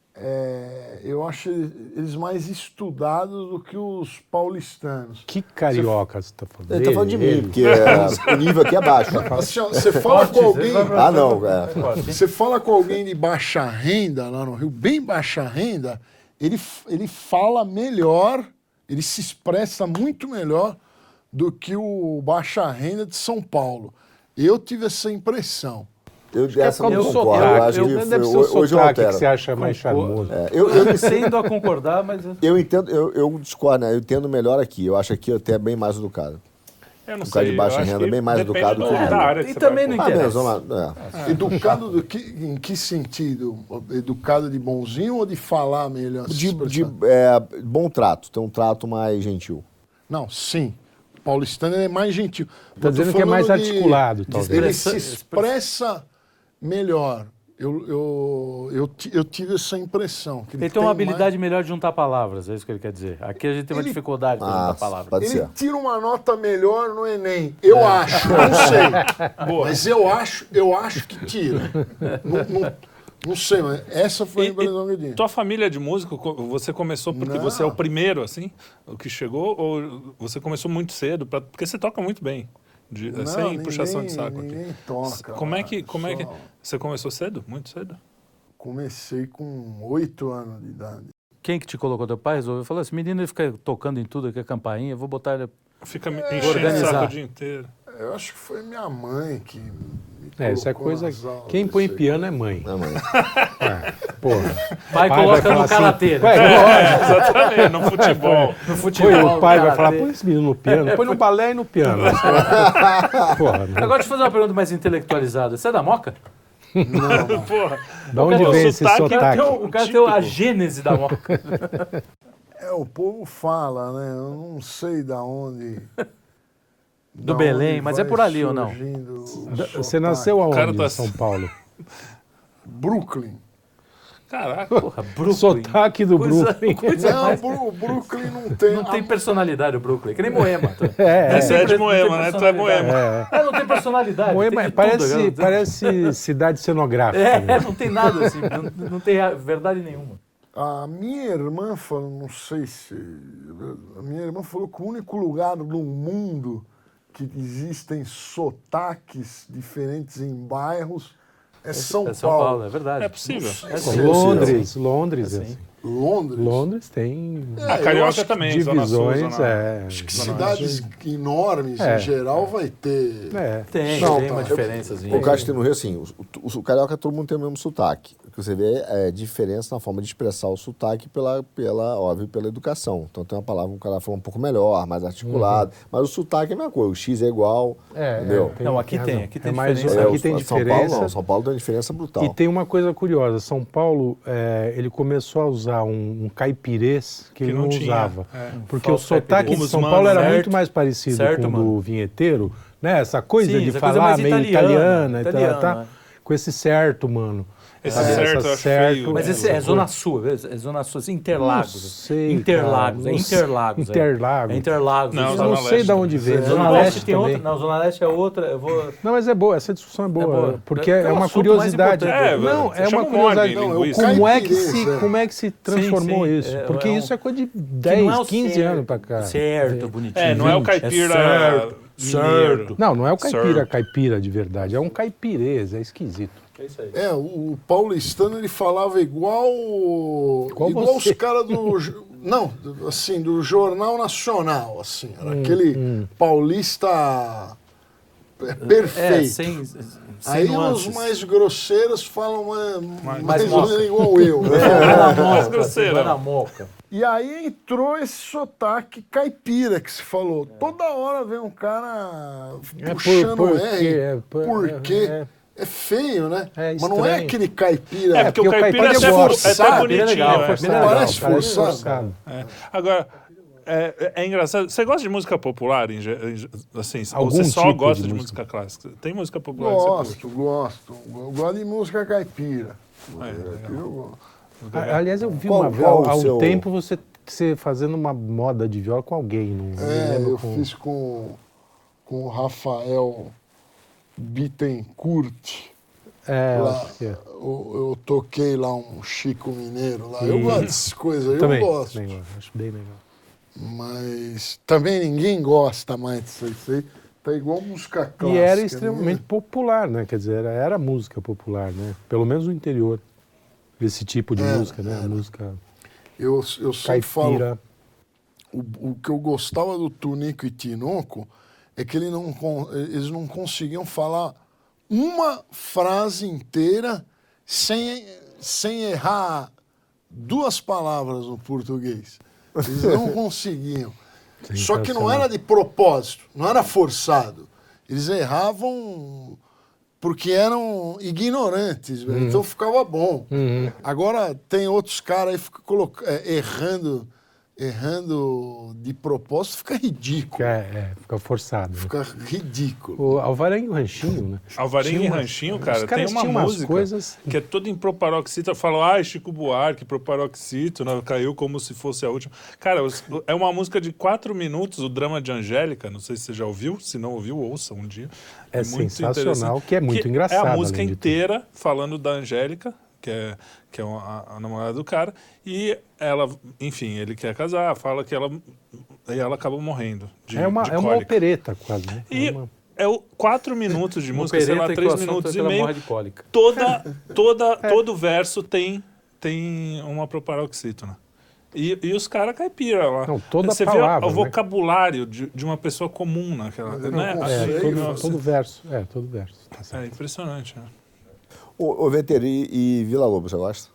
E: é, eu acho eles mais estudados do que os paulistanos.
D: Que carioca você tá falando?
C: Ele tá falando de mim,
D: Ele.
C: porque é, o nível aqui é baixo.
E: Assim, ó, você fala com alguém,
C: Ah, não, é.
E: você fala com alguém de baixa renda lá no Rio, bem baixa renda, ele, ele fala melhor, ele se expressa muito melhor do que o baixa renda de São Paulo. Eu tive essa impressão.
C: Eu dessa
D: Qual
C: não
D: do
C: concordo.
D: sotaque?
C: Eu acho
D: Eu-
C: que
D: deve
C: foi-
D: ser o
C: hoje eu
D: sotaque que
C: altero.
D: você acha mais charmoso.
C: É, eu, eu,
B: Eu tendo a concordar, mas...
C: eu entendo, eu, eu discordo, né? Eu entendo melhor aqui. Eu acho aqui até bem mais educado.
A: Eu não
C: Um cara
A: sei.
C: de baixa
A: eu acho
C: renda
A: que
C: bem mais
A: depende
C: educado
A: do-
C: que o
A: da
C: Rio.
A: área que
B: E
A: você
B: também
A: vai
B: não
C: Ah,
A: pôr.
B: interessa.
C: menos, vamos lá. É.
E: Educado do que, em que sentido? Educado de bonzinho ou de falar melhor? se
C: De, de
E: expressar?
C: é, bom trato, ter um trato mais gentil.
E: Não, sim. O paulistano é mais gentil. Eu
D: Tá
E: tô
D: dizendo que é
E: falando
D: mais
E: de-
D: articulado, talvez.
E: Ele
B: Expressa-
E: se expressa melhor. Eu, eu, eu, ti- eu tive essa impressão. Que
B: Ele tem uma
E: mais-
B: habilidade melhor de juntar palavras, é isso que ele quer dizer. Aqui a gente tem uma
E: Ele-
B: dificuldade para
C: Ah,
B: juntar palavras.
C: pode
E: Ele
C: ser.
E: tira uma nota melhor no Enem. Eu acho, não sei. Mas eu acho, eu acho que tira. Não, não, não sei, mas essa foi a
A: E-
E: impressão que eu
A: e
E: tive.
A: tua família de músico, co- você começou porque
E: Não.
A: você é o primeiro, assim, o que chegou, ou você começou muito cedo? Pra, porque você toca muito bem, de,
E: Não,
A: sem
E: ninguém-
A: puxação de saco aqui.
E: ninguém toca
A: Como é
E: lá,
A: que, como é que
E: só-
A: você começou cedo? Muito cedo?
E: Comecei com oito anos de idade.
B: Quem que te colocou? Teu pai resolveu? Falou, esse menino ele fica tocando em tudo aqui, a campainha, eu vou botar ele...
A: Fica
E: É.
A: me enchendo o
B: Organizar.
A: saco o dia inteiro.
E: Eu acho que foi minha mãe que me
D: É, isso é
E: colocou
D: coisa.
E: nas aulas
D: Quem põe
E: desse-
D: piano é mãe.
C: Não, mas...
D: É, porra.
B: Pai,
D: vai
B: coloca
D: falar
B: no
D: assim,
B: karatê. né?
D: "Ué,
A: É, exatamente, no futebol.
B: No
D: Põe,
B: futebol,
D: o pai vai
B: karatê.
D: falar, põe esse menino no piano, põe no balé e no piano. Porra, não.
B: Agora deixa eu fazer uma pergunta mais intelectualizada. Você é da Moca?
A: Porra.
D: Da onde
A: Pô,
D: vem
A: o
D: esse
A: sotaque é
D: sotaque?
A: teu-
B: O cara tem a
A: Típico.
B: gênese da Moca.
E: É, o povo fala, né? Eu não sei da onde.
B: Do
E: da
B: Belém,
E: onde
B: mas é
E: vai
B: por ali ou não?
E: surgindo o
D: Da-
E: sotaque.
D: Você nasceu aonde,
A: cara tá-
D: em São Paulo?
E: Brooklyn.
A: Caraca.
B: Porra, Brooklyn.
D: Sotaque do
B: Coisa-
D: Brooklyn.
B: coisa
E: Não,
B: mais-
E: Bru- Brooklyn não tem.
B: Não tem personalidade o Brooklyn. É que nem Moema. tá?
D: É,
A: Essa
B: Não
A: é
B: tem-
A: de Moema,
B: não tem
A: né? Tu é
B: personalidade.
A: Moema.
B: É, não tem personalidade.
D: Moema,
B: tem de
D: parece,
B: tudo, né?
D: parece cidade cenográfica.
B: É,
D: né?
B: não tem nada assim. Não, não tem verdade nenhuma.
E: A minha irmã falou, não sei se. A minha irmã falou que o único lugar no mundo que existem sotaques diferentes em bairros é São,
B: É São
E: Paulo.
B: Paulo, é verdade.
A: É possível.
B: É
E: Sim.
B: sim.
D: Londres, Londres,
B: É
D: assim.
B: sim.
E: Londres.
D: Londres tem
A: A
E: eu
A: Carioca
E: acho que
A: também, Zona Sul,
D: divisões,
A: Zona...
D: é.
E: Acho que
A: Zona
E: cidades enormes,
D: É.
E: em geral, vai ter.
D: É.
B: Tem,
E: Não,
B: tem
E: tá.
B: uma
E: Eu-
B: diferençazinha.
C: O que eu acho que no Rio, assim, o, o, o carioca todo mundo tem o mesmo sotaque. O que você vê é diferença na forma de expressar o sotaque pela, pela, óbvio, pela educação. Então tem uma palavra que o cara fala um pouco melhor, mais articulado, mas o sotaque é a mesma coisa, o X é igual,
D: É,
C: entendeu?
D: é,
B: Não, aqui tem,
D: razão.
B: aqui tem
D: é mais,
B: diferença.
C: É,
D: Aqui
C: o-
D: tem
C: São
D: diferença.
C: Paulo não, São Paulo tem uma diferença brutal.
D: E tem uma coisa curiosa, São Paulo, é, ele começou a usar um, um caipirês que,
A: Que
D: ele
A: não
D: não,
A: tinha,
D: usava.
A: é.
D: Porque
B: Falso
D: o sotaque
B: caipirês.
D: de
A: Os
D: São
A: manos,
D: Paulo era
B: certo.
D: muito mais parecido
B: Certo,
D: com o
B: mano.
D: do vinheteiro, né? Essa coisa
B: Sim,
D: de
B: essa coisa
D: falar
B: mais
D: meio
B: italiana,
D: italiana, e tal,
B: italiana,
D: tá,
B: né?
D: com esse certo, mano.
A: Esse
D: Ah,
A: certo
D: essa
A: eu acho
D: certo,
A: feio.
B: Mas
A: né?
B: esse é
D: essa
B: Zona
D: coisa.
B: Sul, é Zona Sul, assim, Interlagos.
D: Não sei,
B: Interlagos,
D: cara,
B: é
D: não sei.
B: Interlagos. é.
D: Interlagos.
B: É Interlagos.
A: Não,
B: isso.
D: Eu
A: Zona
D: não sei
A: Leste
D: de onde
A: também.
D: vem.
B: Zona,
D: Zona
B: Leste
D: Leste
B: tem
D: também.
B: outra. Não, Zona Leste é outra. Eu vou.
D: Não, mas é boa, essa discussão é boa,
B: boa.
D: porque
B: É
D: é,
B: o
D: uma
B: assunto mais
D: curiosidade.
B: importante.
A: É,
D: não,
A: você
D: é
A: chama
D: uma
A: um monte
D: curiosidade.
A: de
E: Não,
A: linguista.
D: Como é, que
E: caipirês,
D: se,
E: é.
D: como é que se transformou
B: sim,
D: isso?
B: é,
D: Porque
B: é um-
D: isso é coisa de
B: Que
D: dez,
B: não é o
D: quinze
B: certo,
D: anos pra cá.
B: Certo, bonitinho.
A: É, não é o
B: vinte.
A: caipira
B: certo,
A: mineiro.
B: certo.
D: Não, não é o caipira,
A: Certo.
D: caipira de verdade. É um caipirês, é esquisito.
B: É isso aí.
E: É, o, o paulistano ele falava igual.
D: Igual
E: igual
D: você.
E: os caras do. jo- Não, do- assim, do Jornal Nacional, assim. Era
D: Hum,
E: aquele paulista é, perfeito.
B: É, sem, sem
E: Aí
B: nuances.
E: os mais grosseiros falam é, mais,
B: mais
E: ou
B: moca.
E: menos igual eu. né?
B: Vai na
A: Mais
B: moca,
A: grosseiro.
B: vai na moca.
E: E aí entrou esse sotaque caipira que se falou. Toda hora vem um cara
D: É por-
E: puxando
D: por
E: R.
D: quê? É por-
E: Por
D: é-
E: quê?
D: é.
E: É feio, né?
D: É
E: Mas não é
D: estranho.
E: aquele caipira.
A: É, porque,
D: porque
A: o
D: o
A: caipira,
D: caipira
A: é, até,
E: é
A: é até
E: forçado.
A: bonitinho.
B: É legal,
A: é.
B: caipira é
E: Parece
D: cara, é
E: forçado.
A: É. Agora, é, é engraçado. Você gosta de música popular? Em, ge- em ge- assim, ou
D: Algum
A: você só
D: tipo
A: gosta
D: de
A: de,
D: música?
A: música clássica? Tem música popular que você
E: Gosto, gosto. Eu gosto de música caipira.
A: É,
E: Caipira eu gosto.
D: A- Aliás, eu vi
C: Qual-
D: uma vez,
C: qual
D: há
C: o
D: um
C: seu-
D: tempo, você, você fazendo uma moda de viola com alguém. Não me
E: É,
D: lembro
E: eu
D: com...
E: fiz com, com o Rafael Bittencourt.
D: É,
E: Lá,
D: acho que é.
E: eu, eu toquei lá um Chico Mineiro lá. Eu
D: Sim.
E: gosto dessas coisas, eu
D: Também,
E: gosto.
D: também gosto, acho bem legal.
E: Mas também ninguém gosta mais disso aí. Isso aí tá igual música clássica.
D: E era
E: né?
D: extremamente popular, né? Quer dizer, era, era música popular, né? Pelo menos no interior. Esse tipo de
E: Era,
D: música, né? A
E: era.
D: música
E: Eu, eu sempre falo,
D: caipira.
E: o, o que eu gostava do Tunico e Tinoco é que ele não, con- eles não conseguiam falar uma frase inteira sem, sem errar duas palavras no português. Eles não conseguiam. Só que não era de propósito, não era forçado. Eles erravam porque eram ignorantes, velho. Então ficava bom. Agora tem outros caras aí que ficam coloca- é, errando, errando de propósito, fica ridículo.
D: É, é, fica forçado. Né?
E: Fica ridículo.
D: O Alvarenga e o Ranchinho, né?
A: Alvarenga
D: Tinha
A: e
D: umas-
A: Ranchinho,
D: os
A: cara, tem
D: caras
A: uma
D: tinham umas
A: música
D: coisas-
A: que é toda em proparoxítona. Falam, ah, Chico Buarque, proparoxítona, caiu como se fosse a última. Cara, os- é uma música de quatro minutos, o Drama de Angélica, não sei se você já ouviu, se não ouviu, ouça um dia.
D: É
A: muito
D: sensacional,
A: interessante.
D: que é muito engraçado,
A: É a música
D: além de tudo.
A: inteira falando da Angélica, que é, que é uma- a, a namorada do cara, e ela, enfim, ele quer casar, fala que ela... E ela acaba morrendo de,
D: É uma,
A: de
D: é uma
A: cólica.
D: opereta, quase. Né?
A: E
D: É uma-
A: é o quatro minutos de música, sei lá,
B: Opereta que o
A: três
B: assunto
A: minutos
B: é
A: e
B: que ela
A: meio.
B: morre de cólica.
A: Toda, toda, Todo verso tem, tem uma proparoxítona. E, e os caras caipira lá.
D: Não, toda
A: Você
D: palavra,
A: vê o
D: né?
A: vocabulário de, de uma pessoa comum naquela.
E: eu
A: Né?
E: não
D: É,
E: Sei,
D: todo,
A: Nossa,
D: todo verso. É, todo verso. Tá
A: é
D: certo.
A: impressionante. Né?
C: O, o Venteiro e, e Vila Lobos, você gosta?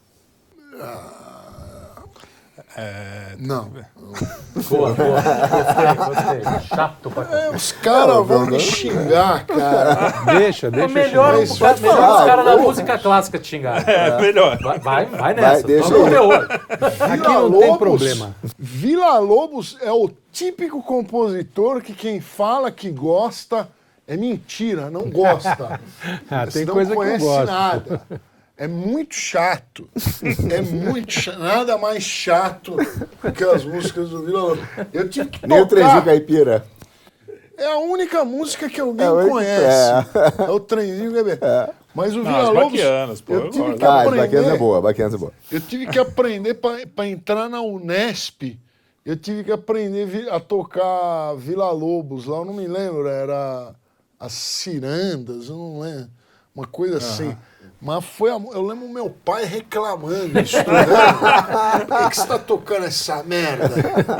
A: É,
E: Não.
B: Boa, boa. Gostei, gostei. Chato pra caramba.
E: É, os caras vão me xingar, cara.
D: Deixa,
B: É
D: deixa.
B: melhor,
E: Mas
B: o-
E: pode
B: melhor
C: falar,
B: os caras da
C: pô.
B: música clássica te xingar.
A: é melhor.
B: Vai, vai, vai nessa.
C: deixa
B: Toma o
C: aí.
B: teor.
D: Aqui não tem problema.
E: Vila Lobos é o típico compositor que quem fala que gosta é mentira, não gosta.
D: Ah,
E: Você
D: tem
E: não
D: coisa que eu
E: conhece
D: gosto.
E: nada. É muito chato. É muito chato. Nada mais chato que as músicas do Vila Lobos. Eu tive que
C: Nem o Trenzinho
E: tocar.
C: Caipira.
E: É a única música que alguém
C: É, eu-
E: conhece. É. o Trenzinho Caipira. Mas o
A: Não,
E: Vila
A: as
E: Lobos,
A: Baquianas, pô,
E: eu
A: eu
E: tive
A: gosto.
E: que
C: Ah, as
E: aprender.
C: Baquianas é boa, Baquianas é boa.
E: Eu tive que aprender para entrar na Unesp. Eu tive que aprender vi- a tocar Vila Lobos. Lá eu não me lembro, era as cirandas, eu não lembro. Uma coisa assim. Mas foi a, eu lembro meu pai reclamando, estudando. Por que, que você está tocando essa merda?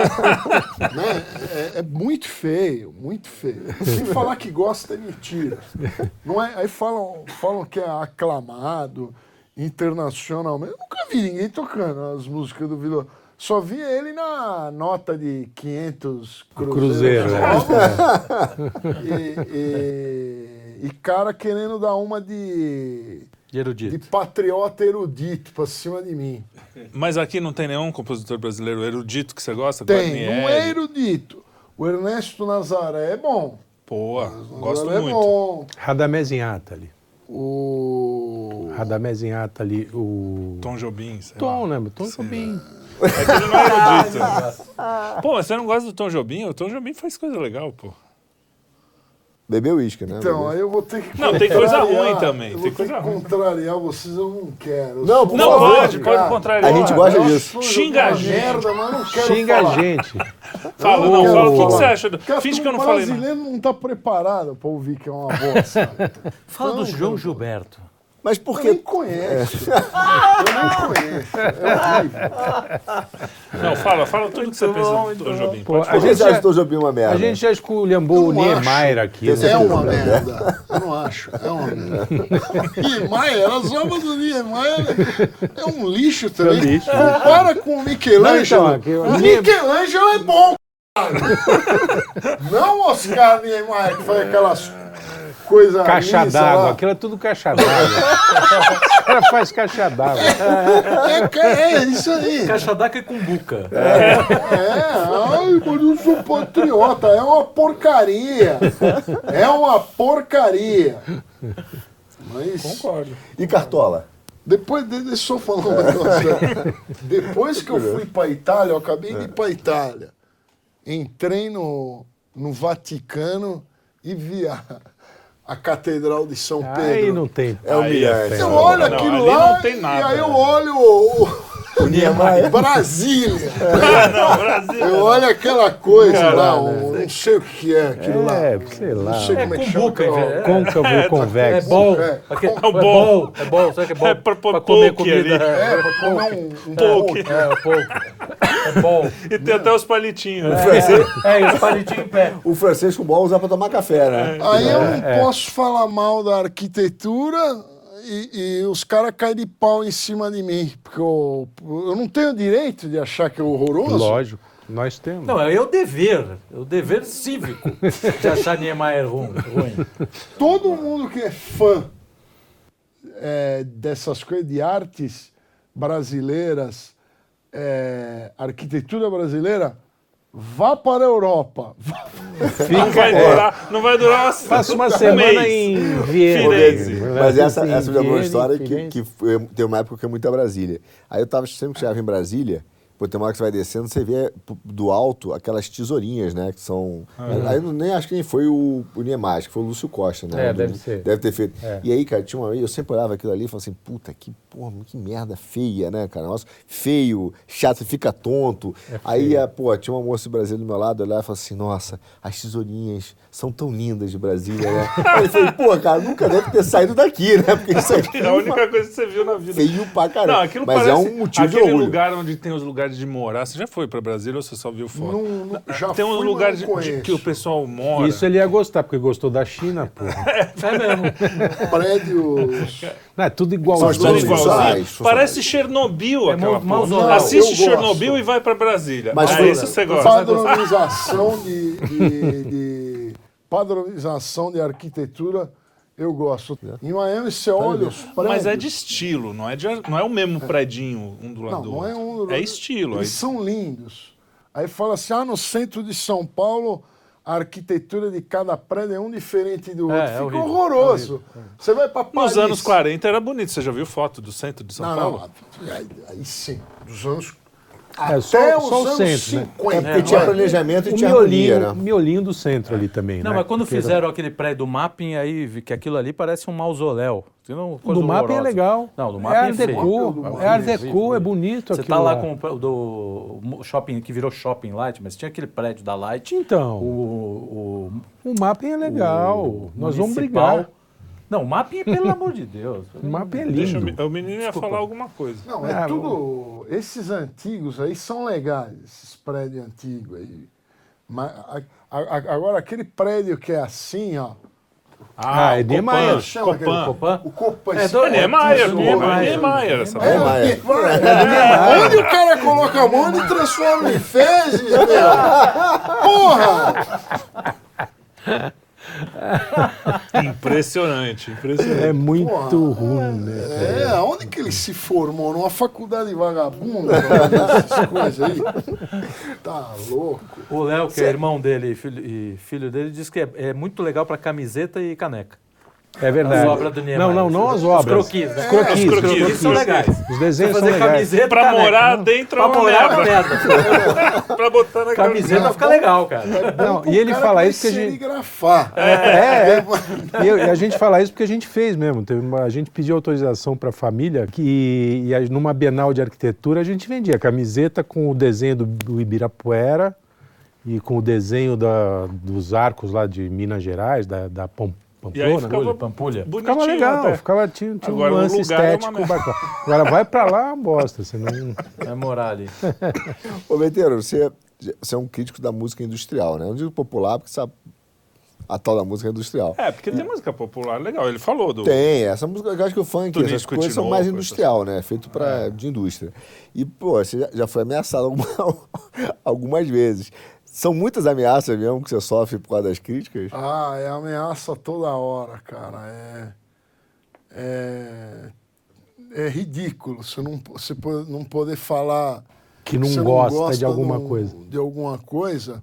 E: Né? É, é muito feio, muito feio. Sem falar que gosta é mentira. Não é, aí falam, falam que é aclamado internacionalmente. Eu nunca vi ninguém tocando as músicas do Vila. Só vi ele na nota de quinhentos
D: Cruzeiro,
E: cruzeiros.
D: é.
E: E, e, e cara querendo dar uma de,
B: De erudito.
E: de patriota erudito pra cima de mim.
A: Mas aqui não tem nenhum compositor brasileiro erudito que você gosta?
E: Tem, não é
A: Guarnieri?
E: erudito. O Ernesto Nazaré é bom.
A: Pô, gosto
E: Nazaré
A: muito.
E: É bom.
D: Radamés Inátali.
E: O...
D: Radamés Inátali, o...
A: Tom Jobim, sei
D: Tom,
A: lá.
D: né? Tom Jobim.
A: É que ele não é erudito. Né? Pô, mas você não gosta do Tom Jobim? O Tom Jobim faz coisa legal, pô.
C: Bebeu uísque, né?
E: Então,
C: Bebeu.
E: aí eu vou ter que
A: Não, tem coisa
E: contrariar-
A: ruim também,
E: Eu
A: tem
E: vou ter
A: coisa
E: que
A: ruim.
E: contrariar vocês, eu não quero. Eu
C: Não,
E: sou
C: por
A: Não,
C: favor,
A: pode,
E: cara.
A: pode contrariar.
C: A gente gosta
E: Eu
C: disso.
E: acho
A: Xinga
E: uma
A: a gente.
E: merda, mas não quero
D: Xinga
E: falar.
D: a gente.
A: Fala,
E: Eu
A: não,
E: quero
A: fala o que, que
E: falar.
A: você acha. Do...
E: Porque
A: Finge que eu não
E: o
A: falei nada.
E: brasileiro não está preparado para ouvir que é uma bosta.
B: Fala do
E: Não,
B: João
E: não.
B: Gilberto.
C: Mas por
E: Eu nem
C: que...
E: conheço. Eu nem conheço. É horrível.
A: Não, fala, fala tudo que você pensa do Tom Jobim.
D: Pô,
A: Pode
D: a
C: Por que
D: gente
C: você acha
D: já-
C: que o Tom Jobim uma merda?
D: A gente já esculhambou
E: Eu
D: o
E: não
D: Niemeyer
E: acho.
D: aqui,
C: Tenho
D: né?
E: É
C: certeza,
E: uma
C: né?
E: merda. Eu não acho. É uma merda. Niemeyer, as obras do Niemeyer é um lixo também.
D: É um lixo.
E: Para com o Michelangelo.
D: Não, então, aqui,
E: o
D: o
E: Michelangelo é bom, cara. Não o Oscar Niemeyer, que faz aquelas coisas...
D: Caixa
E: lisas
D: d'água,
E: lá.
D: aquilo é tudo caixa d'água. O cara faz caixa d'água.
E: É, ca- é isso aí.
B: Caixa d'água e cumbuca.
E: É, ai, mas eu sou patriota. É uma porcaria. É uma porcaria. Mas...
A: Concordo.
C: E Cartola?
E: Depois, de- deixa eu só falar um negócio. Depois que eu fui para Itália, eu acabei de ir para Itália. Entrei no, no Vaticano e vi a, a Catedral de São Pedro.
D: Aí não tem.
C: É humilhante.
E: Eu olho
A: Não,
E: aquilo
A: ali
E: lá
A: não tem nada,
E: e aí eu
A: né?
E: olho o, o-
C: O Niemeyer.
E: Brasília.
A: Não, Brasil.
E: Eu olho aquela coisa lá,
A: Caralho.
E: um- não sei o que é aquilo lá.
D: É, sei lá.
E: Não sei
B: É
E: como é que chama.
B: cumbuca,
E: aquela-
B: velho.
D: Côncavo
B: É
D: convexo.
B: bom.
E: É.
B: Aqui-
A: É
B: É
A: bom.
B: bom. É bom. Sabe que é bom?
A: É pra pôr
B: comer
A: poke
B: comida.
A: ali.
E: É,
B: É,
E: pra comer um, um
A: Poke.
E: pouco.
B: é, um pouco. É bom.
A: E tem até os palitinhos. né?
B: É, é, e os palitinhos em pé.
C: O Francisco Bom usa pra tomar café, né?
E: Aí eu não posso falar mal da arquitetura e, e os caras caem de pau em cima de mim. Porque eu, eu não tenho direito de achar que é horroroso.
D: Lógico, nós temos.
B: Não, é o dever. É o dever cívico de achar Niemeyer ruim. ruim.
E: Todo mundo que é fã é, dessas coisas de artes brasileiras, é, arquitetura brasileira, vá para a Europa. Vá-
A: Não vai durar, não vai durar uma,
D: Passa uma
A: um
D: semana
A: mês.
D: em Viena.
A: Firenze.
C: Mas essa,
D: Em
C: essa me lembrou uma
D: Viena,
C: história
D: em
C: que,
D: Firenze.
C: que foi, tem uma época que eu ia muito a Brasília. Aí eu tava, sempre que chegava em Brasília, pô, tem uma hora que você vai descendo, você vê p- do alto aquelas tesourinhas, né? Que são. Aí eu nem acho que nem foi o, o Niemeyer, acho que foi o Lúcio Costa, né?
D: É,
C: Do-
D: deve ser.
C: Deve ter feito.
D: É.
C: E aí, cara, tinha uma vez, eu sempre olhava aquilo ali e falava assim, puta, que porra, que merda feia, né, cara? Nossa, feio, chato, você fica tonto. Aí, a, pô, tinha uma moça brasileira do meu lado, eu olhava e falava assim, nossa, as tesourinhas são tão lindas de Brasília, né? Aí eu falei, pô, cara, nunca deve ter saído daqui, né? Porque isso aqui
A: É a única coisa que você viu na vida.
C: feio pra caramba.
A: Não, aquilo
C: Mas
A: parece
C: é um motivo de
A: aquele
C: orgulho.
A: lugar onde tem os lugares lugares de morar. Você já foi para Brasília ou você só viu foto?
E: Não, não, já
A: Tem uns
E: fui,
A: lugares
E: mas não
A: de, de
E: conheço.
A: que o pessoal mora.
D: Isso ele ia gostar, porque gostou da China, pô.
B: É mesmo.
E: Prédios...
D: Não, é tudo
C: São
D: igual.
C: os
A: Tudo
C: prédios
A: igualzinho.
C: visuais,
A: Parece Chernobyl
B: É
A: aquela
B: mau-
A: porra.
B: mausoléu.
A: Assiste
E: Eu
A: Chernobyl
E: gosto.
A: e vai para Brasília.
C: Mas
A: Mas
C: foi-
A: isso você gosta.
E: Padronização de, de, de- padronização de arquitetura, eu gosto. Em Miami, você olha os prédios...
A: Mas é de estilo, não é, de, não é o mesmo predinho um do lado
E: Não,
A: do
E: não
A: outro.
E: é um...
A: É estilo.
E: Eles
A: é-
E: são lindos. Aí fala assim, ah, no centro de São Paulo, a arquitetura de cada prédio é um diferente do outro.
B: É, é
E: Fica
B: horrível,
E: horroroso. Você vai para Paris...
A: Nos anos quarenta era bonito. Você já viu foto do centro de São
E: Não,
A: Paulo?
E: não, aí, aí sim, dos anos...
D: É,
E: até
D: só-
E: os
D: só o
E: anos
D: centro, né?
C: É
E: cinquenta.
C: porque tinha
E: vai.
C: planejamento e
D: O
C: tinha harmonia,
D: miolinho,
C: né?
D: miolinho do centro ali também,
B: Não,
D: né?
B: mas quando
D: Porque
B: fizeram aquele prédio do mapping, aí vi que aquilo ali parece um mausoléu. Tem uma
D: O
B: coisa
D: do mapping é
B: horrorosa.
D: legal.
B: Não, do
D: é
B: mapping é
D: Art
B: feio.
D: Deco, é Art Deco, é bonito
B: Você
D: aquilo
B: tá lá
D: lá.
B: com o do shopping, que virou Shopping Light, mas tinha aquele prédio da Light.
D: Então,
B: O, o,
D: o mapping é legal.
B: o
D: Nós vamos
B: municipal.
D: brigar.
B: Não, o mapping, pelo amor de Deus.
D: O mapping é
A: Deixa eu,
D: lindo.
A: o menino ia falar alguma coisa.
E: Não, é
D: Ah,
E: tudo... Esses antigos aí são legais, esses prédios antigos aí. Mas, a- a- a- agora, aquele prédio que é assim, ó...
D: Ah, é
A: o
D: Niemeyer.
A: Copan.
E: Chama aquele-
A: Copan.
B: Copan?
E: O Copan...
B: É
E: esse
B: do-
A: É Niemeyer,
E: antigo,
A: pô. É
E: né?
A: Niemeyer essa
E: É,
A: porra.
C: É,
E: vai. Onde o cara coloca a mão, ele transforma em fezes, meu. Porra!
A: Impressionante, impressionante.
D: É muito
E: Porra,
D: ruim, né?
E: É, onde que ele se formou? Numa faculdade vagabunda? pra fazer essas coisas aí? Tá louco.
B: O Léo, que é irmão dele e filho, e filho dele, diz que é, é muito legal para camiseta e caneca.
D: É verdade.
B: As obras do Niemeyer.
D: Não, não, não as
B: Os
D: obras.
B: croquis, né?
D: Os croquis.
A: Os
D: os
A: croquis,
D: croquis.
B: Isso são legais.
D: Os desenhos
B: Você
D: são
B: fazer
D: legais.
B: camiseta e
A: Pra
B: caneca.
A: morar
B: Não.
A: dentro é
B: Pra
A: uma
B: morar é uma
A: merda.
B: merda.
A: Pra botar na
B: Camiseta fica legal, cara.
D: Não,
E: O
D: e ele
E: cara
D: fala
E: vai
D: isso que a gente...
E: serigrafar.
D: É, é. E, eu- e a gente fala isso porque a gente fez mesmo. Teve uma- a gente pediu autorização para a família que e a- numa Bienal de Arquitetura a gente vendia camiseta com o desenho do, do Ibirapuera e com o desenho da- dos arcos lá de Minas Gerais, da, da Pam-
A: E aí
D: Pamplona.
A: ficava
B: Pampulha.
A: bonitinho
D: Ficava legal,
A: até.
D: ficava, tinha, tinha
A: Agora,
D: um
A: o
D: lance
A: lugar é uma
D: estético
A: merda.
D: bacana. Agora vai para lá, é uma bosta. Você não...
B: Vai morar ali.
C: Ô, Venteiro, você, você é um crítico da música industrial, né? Eu não digo popular, porque sabe, a tal da música industrial.
A: É, porque tem música popular legal. Ele falou do...
C: Tem, essa música, eu acho que o funk,
A: Tunisco
C: essas coisas são mais
A: Tinoco,
C: industrial, né? Feito pra, de indústria. E, pô, você já, já foi ameaçado alguma, algumas vezes. São muitas ameaças mesmo que você sofre por causa das críticas?
E: Ah, é ameaça toda hora, cara. É, é, é ridículo você não, você po- não poder falar
D: Que não
E: você
D: gosta de alguma
E: um-
D: coisa.
E: De alguma coisa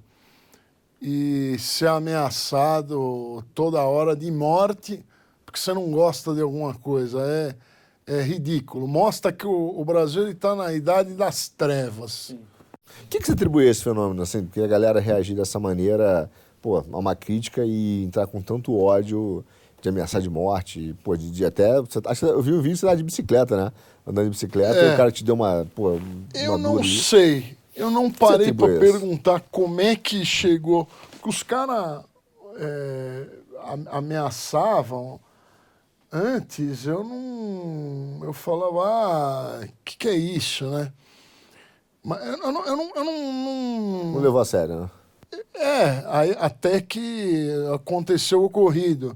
E: e ser ameaçado toda hora de morte porque você não gosta de alguma coisa. É, é ridículo. Mostra que o, o Brasil está na idade das trevas.
C: O que, que você atribui a esse fenômeno, assim? Porque a galera reagir dessa maneira, pô, a uma crítica e entrar com tanto ódio de ameaçar de morte, pô, de, de até... Você, acho que eu vi um vídeo, você lá de bicicleta, né? Andando de bicicleta
E: É.
C: e o cara te deu uma, pô, uma
E: Eu não
C: dura aí.
E: sei. Eu não parei para
C: atribui isso?
E: perguntar como é que chegou. Porque os caras é, a- ameaçavam. Antes eu não. Eu falava, ah, o que, que é isso, né? Mas eu, eu não. Eu não, eu não, não-
C: Não levou a sério, né?
E: é, aí, até que aconteceu o ocorrido.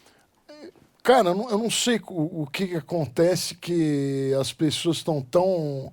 E: Cara, eu não, eu não sei o, o que, que acontece que as pessoas estão tão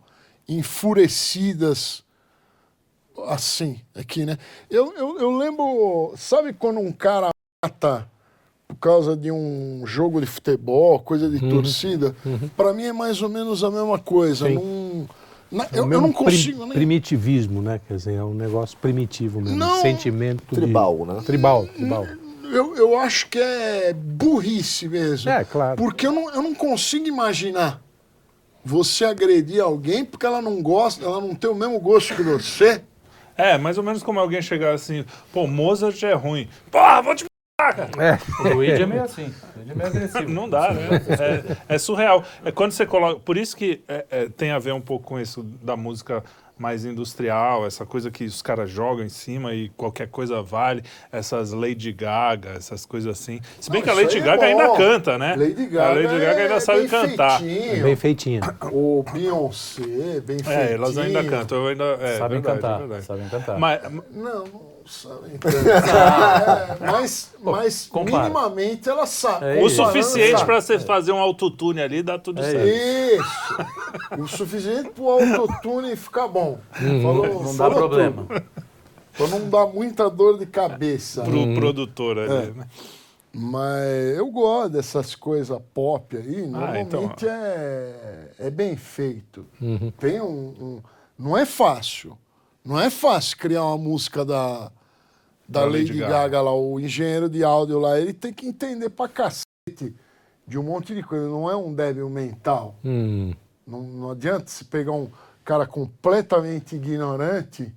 E: enfurecidas assim aqui, né? Eu, eu, eu lembro, sabe quando um cara mata por causa de um jogo de futebol, coisa de torcida? Para mim é mais ou menos a mesma coisa.
D: Sim.
E: Não, na-
D: É o
E: eu, eu
D: mesmo
E: não consigo
D: prim-
E: nem...
D: primitivismo, né? Quer dizer, é um negócio primitivo mesmo.
E: Não.
D: Sentimento de-
C: Tribal, né?
D: Tribal, tribal.
E: Eu, eu acho que é burrice mesmo.
D: É, claro.
E: Porque eu não, eu não consigo imaginar você agredir alguém porque ela não gosta, ela não tem o mesmo gosto que você.
A: É, mais ou menos como alguém chegar assim, pô, Mozart é ruim. Porra, vou te matar, cara.
D: É.
B: O Luigi é meio assim. O Luigi é meio agressivo.
A: Não dá, né? É, é surreal. É quando você coloca... Por isso que é, é, tem a ver um pouco com isso da música mais industrial, essa coisa que os caras jogam em cima e qualquer coisa vale, essas Lady Gaga, essas coisas assim. Se bem
E: Não,
A: que a
E: isso
A: Lady
E: aí é
A: Gaga
E: bom.
A: ainda canta, né?
E: Lady
A: a
E: Gaga,
A: Lady Gaga ainda
E: é
A: sabe
E: bem
A: cantar.
E: feitinho.
D: Bem feitinha.
E: O Beyoncé, bem feitinho.
A: É, elas ainda cantam, eu ainda... É,
B: sabem
A: verdade,
B: cantar,
A: é verdade.
B: sabem cantar.
A: Mas,
E: Não, não sabem cantar. É, mas mas
B: compara.
E: minimamente ela sabe.
B: É
A: o
B: isso.
A: suficiente
E: Sabe.
A: para você fazer um autotune ali, dá tudo
B: É
A: certo.
E: Isso. O suficiente pro autotune ficar bom. Falou,
B: Não dá
E: falou
B: problema.
E: tudo. Pra não dar muita dor de cabeça.
A: Pro produtor ali, né?
E: Mas eu gosto dessas coisas pop aí.
A: Ah, então,
E: Normalmente é, é bem feito. Tem um, um- Não é fácil. Não é fácil criar uma música da, da
A: Da
E: Lady,
A: Lady
E: Gaga.
A: Gaga
E: lá, o engenheiro de áudio lá. Ele tem que entender pra cacete de um monte de coisa. Não é um débil mental.
D: Hum.
E: Não, não adianta se pegar um cara completamente ignorante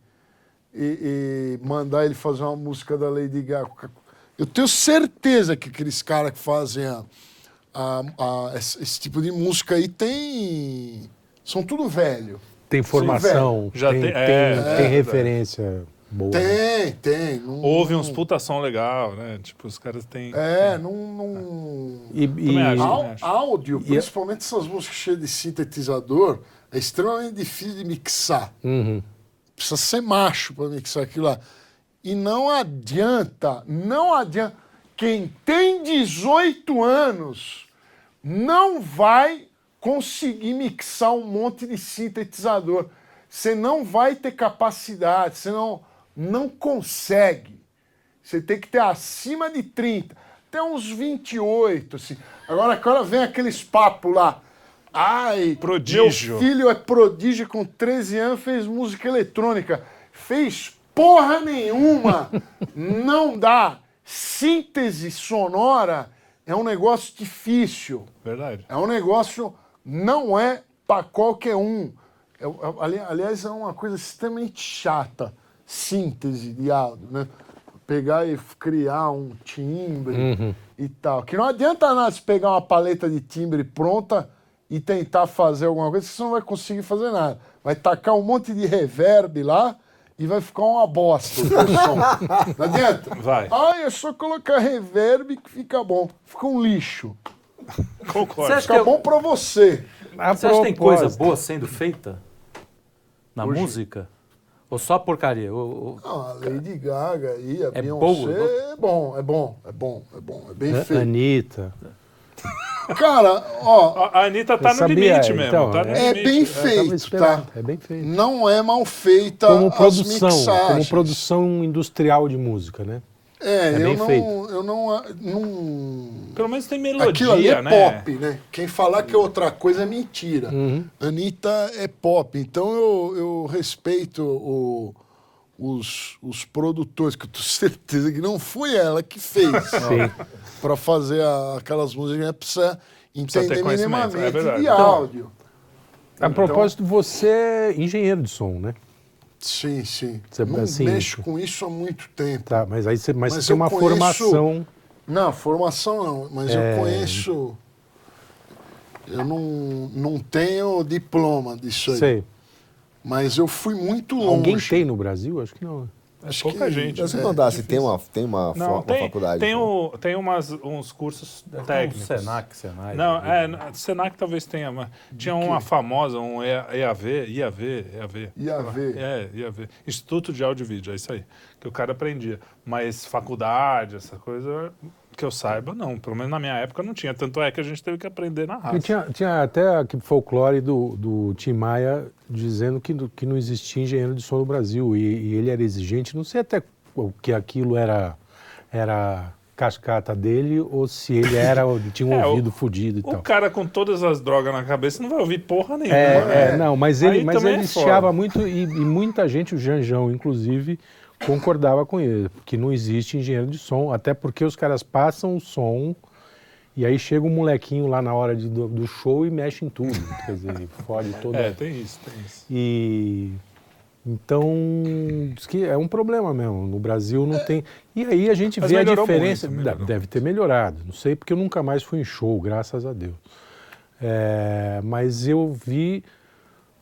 E: e, e mandar ele fazer uma música da Lady Gaga. Eu tenho certeza que aqueles caras que fazem a, a- a- esse, esse tipo de música aí tem. São tudo velho.
D: Tem formação,
A: Já
D: tem,
A: tem-
D: tem,
A: é,
D: tem
A: é,
D: referência boa.
E: Tem, tem. Não,
A: Houve uns putação legal, né? Tipo, os caras têm...
E: É, não. não...
D: E, e-
A: Também acho.
E: Au-
A: acho.
E: áudio,
D: E-
E: principalmente essas músicas cheias de sintetizador, é extremamente difícil de mixar.
D: Uhum.
E: Precisa ser macho para mixar aquilo lá. E não adianta, não adianta. Quem tem dezoito anos não vai conseguir mixar um monte de sintetizador. Você não vai ter capacidade, você não, não consegue. Você tem que ter acima de trinta, até uns vinte e oito, assim. Agora, agora vem aqueles papos lá. Ai,
A: Prodígio.
E: meu filho é prodígio, com treze anos fez música eletrônica. Fez porra nenhuma. Não dá. Síntese sonora é um negócio difícil.
A: Verdade.
E: É um negócio, não é para qualquer um. É, é, ali- aliás, é uma coisa extremamente chata, síntese de áudio, né? Pegar e criar um timbre e tal. Que não adianta nada se pegar uma paleta de timbre pronta e tentar fazer alguma coisa, você não vai conseguir fazer nada. Vai tacar um monte de reverb lá e vai ficar uma bosta o teu som. Não adianta?
A: Vai.
E: Ah, é só colocar reverb que fica bom. Fica um lixo.
A: Concordo.
B: Você acha
E: Fica
B: que,
E: bom pra você.
D: A
B: você acha que tem coisa
D: propósito.
B: boa sendo feita na
E: Hoje-
B: música? Ou só porcaria? Ou- ou-
E: Ah, a Lady Gaga aí, a
B: É
E: Beyoncé,
B: boa?
E: é bom, é bom, é bom, é bom, é bem
D: A-
E: feito.
D: Anitta.
E: Cara, ó,
A: A a Anitta tá
D: Eu
A: no
D: sabia,
A: limite mesmo.
D: então,
A: Tá no
E: é
A: limite.
E: bem
D: Eu tava
E: feito,
D: esperando,
E: tá?
D: É bem feito.
E: Não é mal feita
D: Como
E: as
D: produção, como
E: mixagens.
D: produção industrial de música, né?
E: É,
D: é
E: eu,
D: bem
E: não,
D: feito.
E: eu não, não...
A: Pelo menos tem melodia,
E: Aquilo ali é
A: né?
E: pop, né? Quem falar que é outra coisa é mentira.
D: Uhum.
E: Anitta é pop, então eu, eu respeito o- os, os produtores, que eu tenho certeza que não foi ela que fez. Para fazer a- aquelas músicas, né? Precisa entender
A: ter conhecimento, é
E: minimamente
A: verdade.
E: de
A: Então,
E: áudio.
D: A propósito, você é engenheiro de som, né?
E: Sim, sim.
D: Você-
E: não
D: assim,
E: mexo com isso há muito tempo.
D: Tá, mas aí você, mas
E: Mas
D: você tem
E: eu
D: uma
E: conheço-
D: formação.
E: Não, formação não, mas
D: É.
E: eu conheço. Eu não, não tenho diploma disso aí.
D: Sei.
E: Mas eu fui muito longe.
D: Alguém tem no Brasil? Acho que não.
E: Acho
A: pouca
E: que-
A: gente.
C: Eu sei
E: é,
C: perguntar se tem uma, tem uma,
A: Não,
C: fo- uma
A: tem,
C: faculdade.
A: tem,
C: né?
A: o, tem umas, uns cursos
B: Deve ter um
A: técnicos.
B: Senac, Senai.
A: Não,
B: né?
A: é, no- Senac talvez tenha, mas tinha uma famosa, um E A V, I A V, I A V.
E: I A V.
A: É, I A V. Instituto de Áudio e Vídeo, é isso aí, que o cara aprendia. Mas faculdade, essa coisa, que eu saiba, não. Pelo menos na minha época não tinha. Tanto é que a gente teve que aprender na
D: E
A: raça.
D: tinha, tinha até aquele folclore do, do Tim Maia dizendo que, do- que não existia engenheiro de som no Brasil e, e ele era exigente. Não sei até o que aquilo era, era cascata dele ou se ele era tinha um
A: É, o-
D: ouvido fudido e
A: O
D: tal.
A: cara com todas as drogas na cabeça não vai ouvir porra nenhuma.
D: É,
A: né?
D: é, não, mas ele,
A: Aí
D: mas
A: também
D: ele
A: é foda.
D: chiava muito e, e muita gente, o Janjão inclusive, concordava com ele, que não existe engenheiro de som, até porque os caras passam o som e aí chega um molequinho lá na hora de- do, do show e mexe em tudo, quer dizer, fode toda...
A: É, tem isso, tem isso.
D: E então, diz que é um problema mesmo. No Brasil não tem. E aí a gente
A: Mas
D: vê a
A: melhorou
D: diferença.
A: muito,
D: Deve-
A: melhorou.
D: Deve ter melhorado. Não sei porque eu nunca mais fui em show, graças a Deus. É, mas eu vi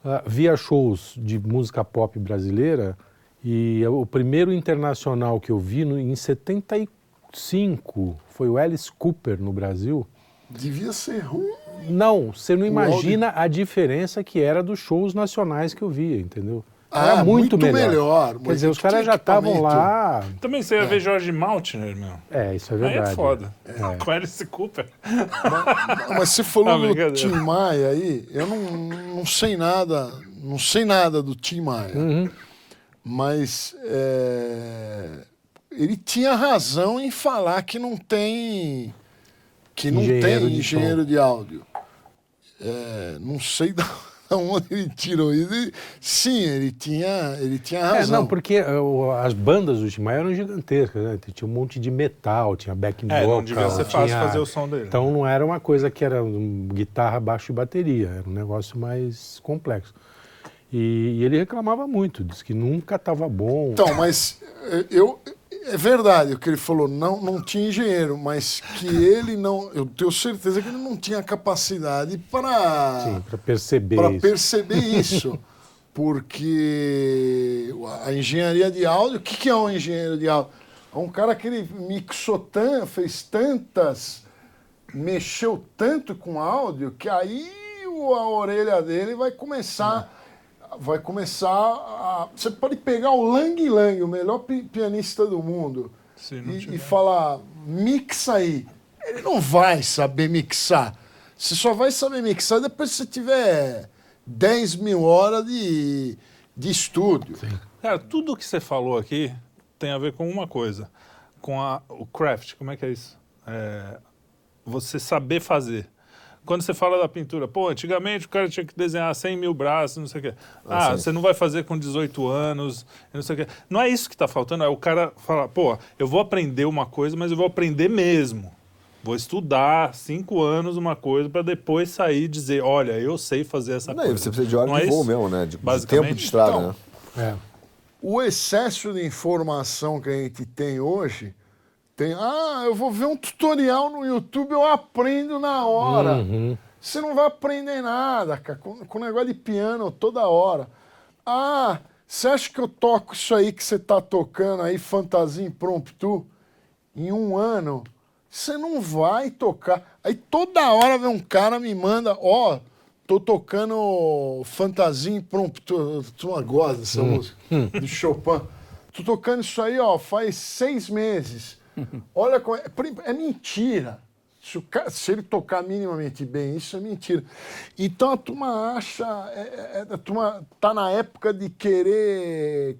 D: uh, via shows de música pop brasileira e o primeiro internacional que eu vi no, em setenta e cinco foi o Alice Cooper no Brasil.
E: Devia ser ruim.
D: Não, você não
E: O
D: imagina a diferença que era dos shows nacionais que eu via, entendeu?
E: Ah,
D: Era muito,
E: muito
D: melhor.
E: melhor,
D: Quer
E: mas
D: dizer, os
E: tinha
D: caras já estavam
E: equipamento.
D: lá.
A: Também você ia ver Jorge Maltner, meu.
D: É, isso é
A: Aí
D: verdade.
A: é foda.
D: É.
A: Com Alice Cooper.
E: Mas, mas você falou
A: Ah,
E: do
A: brincadeira.
E: Tim Maia aí, eu não, não sei nada, não sei nada do Tim Maia.
D: Uhum.
E: Mas é, ele tinha razão em falar que não tem que não
D: Engenheiro
E: tem
D: de
E: engenheiro
D: som.
E: de áudio. É, não sei da onde ele tirou isso. Ele- sim, ele tinha, ele tinha
D: É,
E: razão.
D: não, porque uh, as bandas do Tim Maia eram gigantescas, né? Tinha um monte de metal, tinha back
A: É,
D: vocal.
A: não devia ser fácil
D: tinha-
A: fazer o som dele.
D: Então não era uma coisa que era um, guitarra, baixo e bateria, era um negócio mais complexo. E, e ele reclamava muito, disse que nunca estava bom.
E: Então, mas é, eu é verdade o que ele falou, não, não tinha engenheiro, mas que ele não, eu tenho certeza que ele não tinha capacidade para
D: Sim, para perceber
E: para
D: isso.
E: perceber isso, porque a engenharia de áudio, o que, que é um engenheiro de áudio? É um cara que ele mixou tanto, fez tantas, mexeu tanto com áudio que aí o- a orelha dele vai começar, vai começar a, você pode pegar o Lang Lang, o melhor pi- pianista do mundo,
A: Se não
E: e,
A: tiver.
E: e falar, mixa aí. Ele não vai saber mixar. Você só vai saber mixar depois que você tiver dez mil horas de, de estúdio.
A: Cara, tudo que você falou aqui tem a ver com uma coisa. Com a, o craft, como é que é isso? É, você saber fazer. Quando você fala da pintura, pô, antigamente o cara tinha que desenhar cem mil braços, não sei o quê. Ah,
C: sim.
A: você não vai fazer com dezoito anos, não sei o quê. Não é isso que está faltando, é o cara falar, pô, eu vou aprender uma coisa, mas eu vou aprender mesmo. Vou estudar cinco anos uma coisa para depois sair e dizer, olha, eu sei fazer essa
C: Não, e
A: coisa.
C: você precisa de hora
A: Não
C: de
A: é
C: voo
A: isso?
C: mesmo, né? De, de
A: Basicamente.
C: tempo de estrada,
E: Então,
C: né?
D: É.
E: O excesso de informação que a gente tem hoje, tem, ah, eu vou ver um tutorial no YouTube, eu aprendo na hora.
D: Uhum.
E: Você não vai aprender nada, cara, com, com negócio de piano toda hora. Ah, você acha que eu toco isso aí que você tá tocando aí, fantasia impromptu, em um ano? Você não vai tocar. Aí toda hora vem um cara me manda, ó, tô tocando fantasia impromptu, tu gosta dessa música, do Chopin. Tô tocando isso aí, ó, faz seis meses. Olha como é, é mentira. Se, o cara, se ele tocar minimamente bem, isso é mentira. Então a turma acha, é, é, a turma tá na época de querer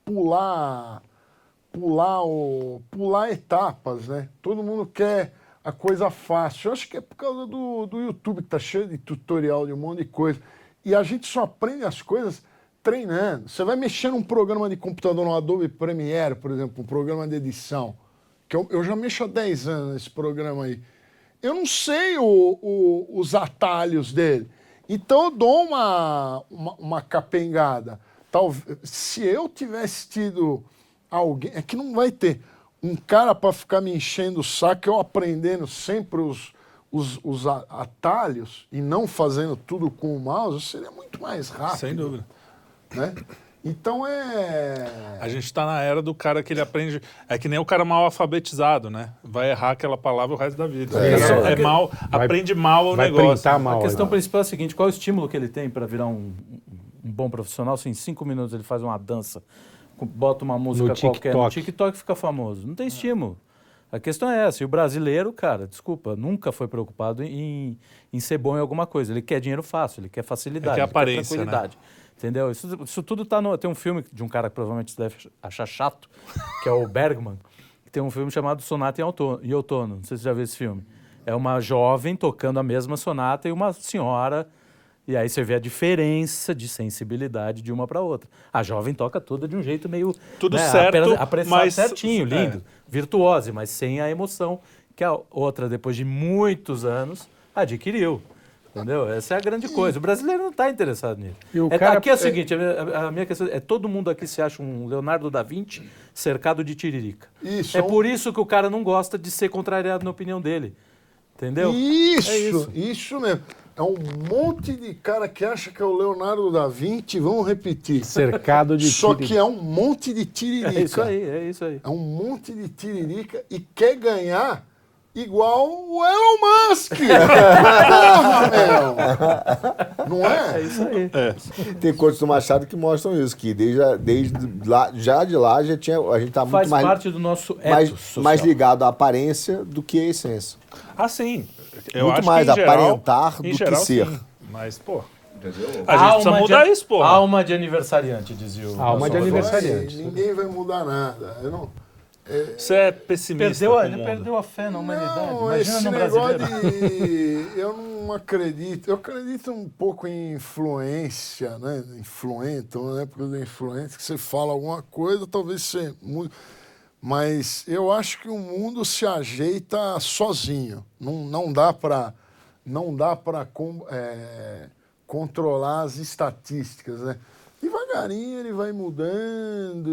E: pular, pular, o, pular etapas, né? Todo mundo quer a coisa fácil. Eu acho que é por causa do, do YouTube, que tá cheio de tutorial de um monte de coisa. E a gente só aprende as coisas treinando. Você vai mexer num programa de computador, no Adobe Premiere, por exemplo, um programa de edição, que eu, eu já mexo há dez anos nesse programa aí. Eu não sei o, o, os atalhos dele. Então eu dou uma, uma, uma capengada. Talvez, se eu tivesse tido alguém... É que não vai ter um cara para ficar me enchendo o saco, eu aprendendo sempre os, os, os a- atalhos e não fazendo tudo com o mouse, seria muito mais rápido.
A: Sem dúvida.
E: Né? Então é...
A: A gente está na era do cara que ele aprende. É que nem o cara mal alfabetizado, né? Vai errar aquela palavra o resto da vida.
C: É,
A: O cara
B: é.
A: é mal,
D: Vai-
A: aprende mal o
D: vai
A: negócio.
D: printar mal.
B: A questão
D: né?
B: principal é a seguinte, qual é o estímulo que ele tem para virar um, um bom profissional? Se em cinco minutos ele faz uma dança, com- bota uma música
D: No
B: qualquer no
D: TikTok.
B: TikTok fica famoso. Não tem estímulo. A questão é essa. E o brasileiro, cara, desculpa, nunca foi preocupado em, em ser bom em alguma coisa. Ele quer dinheiro fácil, ele quer facilidade,
A: É que é
B: ele
A: aparência,
B: quer tranquilidade. Entendeu? Isso, isso tudo tá no... Tem um filme de um cara que provavelmente você deve achar chato, que é o Bergman, que tem um filme chamado Sonata em Outono. em Outono. Não sei se você já viu esse filme. É uma jovem tocando a mesma sonata e uma senhora... E aí você vê a diferença de sensibilidade de uma para outra. A jovem toca toda de um jeito meio...
A: Tudo
B: né,
A: certo,
B: apre- apressado,
A: mas-
B: certinho,
A: é.
B: lindo, virtuose, mas sem a emoção que a outra, depois de muitos anos, adquiriu. Entendeu? Essa é a grande coisa. O brasileiro não está interessado nisso.
D: E o
B: É,
D: cara-
B: aqui é o seguinte, a minha, a minha questão é todo mundo aqui se acha um Leonardo da Vinci cercado de tiririca.
E: Isso,
B: é
E: é um-
B: por isso que o cara não gosta de ser contrariado na opinião dele. Entendeu?
E: Isso,
B: É isso.
E: isso mesmo. É um monte de cara que acha que é o Leonardo da Vinci, vamos repetir.
D: Cercado de
E: Só
D: tiri-
E: que é um monte de tiririca.
B: É isso aí, é isso aí.
E: É um monte de tiririca e quer ganhar igual o Elon Musk. Porra, meu! Não é?
B: É isso aí.
C: Tem contos do Machado que mostram isso, que desde, a- desde lá, já de lá já tinha, a gente tá muito
B: Faz
C: mais,
B: parte do nosso
C: mais,
B: ethos social.
C: mais ligado à aparência do que à essência.
A: Ah, sim. Eu
C: Muito
A: acho
C: mais
A: que, em geral,
C: aparentar
A: em
C: do
A: geral,
C: que ser.
A: sim. Mas, pô,
C: Entendeu?
A: a gente precisa
B: Alma
A: mudar
B: de,
A: isso, pô.
B: Alma de aniversariante, dizia o
D: Alma de
B: Salvador.
D: aniversariante.
E: Ninguém vai mudar nada. Eu não...
A: Você é pessimista
B: Perdeu, a-
A: com o
B: ele
A: mundo.
B: perdeu a fé na humanidade.
E: Não,
B: Imagina
E: esse
B: no
E: negócio
B: brasileiro.
E: de... Eu não acredito. Eu acredito um pouco em influência, né? Influente, na época da influência, que você fala alguma coisa, talvez você mude. Mas eu acho que o mundo se ajeita sozinho. Não, não dá para não dá para é, controlar as estatísticas, né? Devagarinho ele vai mudando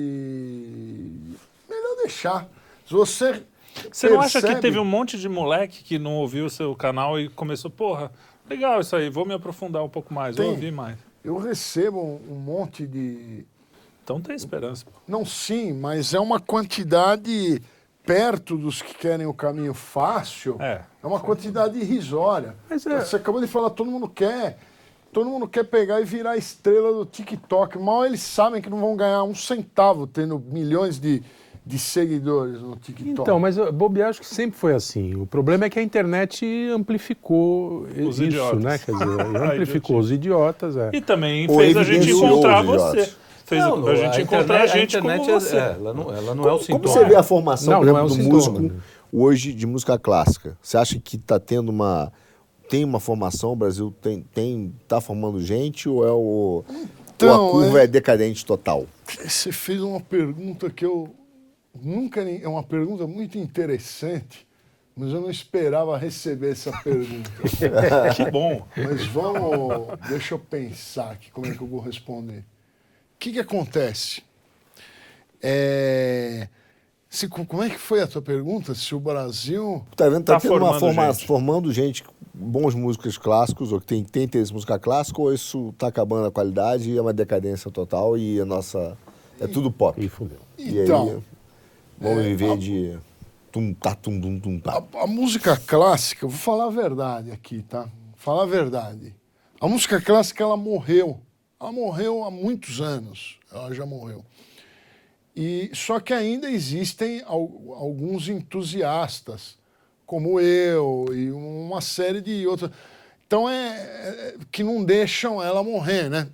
E: e melhor deixar. Se você
A: Você não acha que
E: percebe-
A: teve um monte de moleque que não ouviu o seu canal e começou, porra, legal isso aí, vou me aprofundar um pouco mais, vou
E: Tem.
A: ouvir mais.
E: Eu recebo um, um monte de...
A: Então tem esperança. Pô.
E: Não, sim, mas é uma quantidade perto dos que querem o caminho fácil.
A: É.
E: É uma quantidade irrisória.
D: Mas é-
E: Você acabou de falar, todo mundo quer. Todo mundo quer pegar e virar estrela do TikTok. Mal eles sabem que não vão ganhar um centavo tendo milhões de, de seguidores no TikTok.
D: Então, mas eu- bobear acho que sempre foi assim. O problema é que a internet amplificou
A: Os
D: isso,
A: idiotas.
D: né? Quer dizer, amplificou os idiotas. É.
A: E também
C: Ou
A: fez a gente
C: evidenciou
A: encontrar
C: os
A: você.
C: idiotas.
A: Fez
B: Não,
A: a gente encontrar a gente como
B: internet é-
A: você.
B: é, ela não, ela não é o
C: Como
B: sintoma.
C: você vê a formação,
D: Não,
C: por
D: não é
C: exemplo,
D: um
C: do
D: sintoma,
C: músico
D: né?
C: hoje de música clássica? Você acha que está tendo uma... Tem uma formação, o Brasil tem, tem, tá formando gente ou é o...
E: Então,
C: ou a curva
E: é-
C: é decadente total?
E: Você fez uma pergunta que eu nunca... nem- É uma pergunta muito interessante, mas eu não esperava receber essa pergunta.
A: Que bom.
E: Mas vamos... Deixa eu pensar aqui como é que eu vou responder. O que, que acontece? É... Se, como é que foi a tua pergunta? Se o Brasil...
C: Tá vendo? Tá,
A: Tá
C: tendo uma
A: formando
C: forma,
A: gente.
C: formando gente, bons músicos clássicos, ou que tem, tem interesse em música clássica, ou isso tá acabando a qualidade e é uma decadência total e a nossa... É tudo pop.
D: E fudeu.
C: E
E: Então,
C: aí, vamos viver de... Tum, tá, tum, tum, tum, tá.
E: a, a música clássica, eu vou falar a verdade aqui, tá? Vou falar a verdade. A música clássica, ela morreu. Ela morreu há muitos anos. Ela já morreu. E, só que ainda existem al- alguns entusiastas, como eu e uma série de outras. Então, é, é que não deixam ela morrer, né?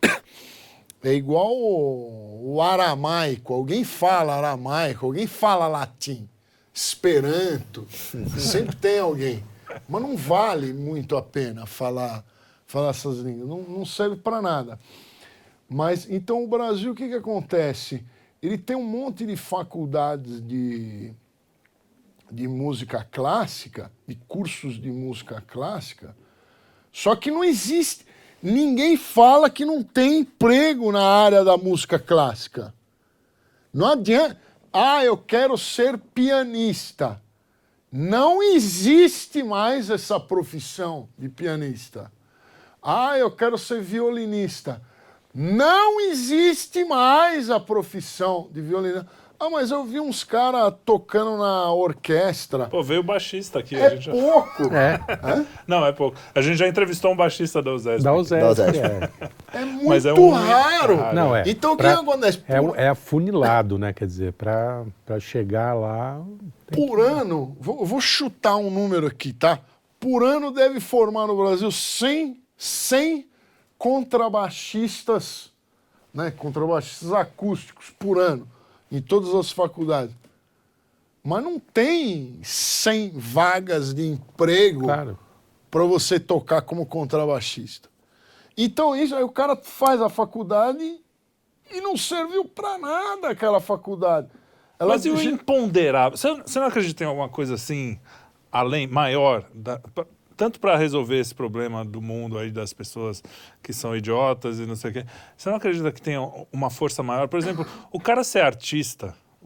E: É igual o, o aramaico. Alguém fala aramaico, alguém fala latim, esperanto. Sempre tem alguém. Mas não vale muito a pena falar, falar essas línguas. Não, não serve para nada. Mas, então, o Brasil, o que, que acontece? Ele tem um monte de faculdades de, de música clássica, de cursos de música clássica, só que não existe. Ninguém fala que não tem emprego na área da música clássica. Não adianta. Ah, eu quero ser pianista. Não existe mais essa profissão de pianista. Ah, eu quero ser violinista. Não existe mais a profissão de violinista. Ah, mas eu vi uns caras tocando na orquestra.
A: Pô, veio o baixista aqui.
E: É
A: a gente já...
E: pouco.
D: É,
A: Não, é pouco. A gente já entrevistou um baixista da U S E S.
D: dá o
C: Dá o
D: Zé.
C: Zé.
D: É,
E: É muito
A: Mas é um-
E: raro.
A: raro.
D: não, é.
E: Então, o que
D: Pra-
E: acontece?
D: é,
E: Por-
D: é afunilado, né? Quer dizer, para chegar lá.
E: Por ano, vou, vou chutar um número aqui, tá? Por ano deve formar no Brasil cem, cem contrabaixistas, né? Contrabaixistas acústicos por ano, em todas as faculdades. Mas não tem cem vagas de emprego
D: Claro.
E: para você tocar como contrabaixista. Então, isso aí o cara faz a faculdade e não serviu para nada aquela faculdade. Ela
A: Mas e o imponderável? Você, você não acredita em alguma coisa assim, além, maior, da- pa- tanto para resolver esse problema do mundo aí das pessoas que são idiotas e não sei o quê? Você não acredita que tem uma força maior? Por exemplo, o cara ser artista, o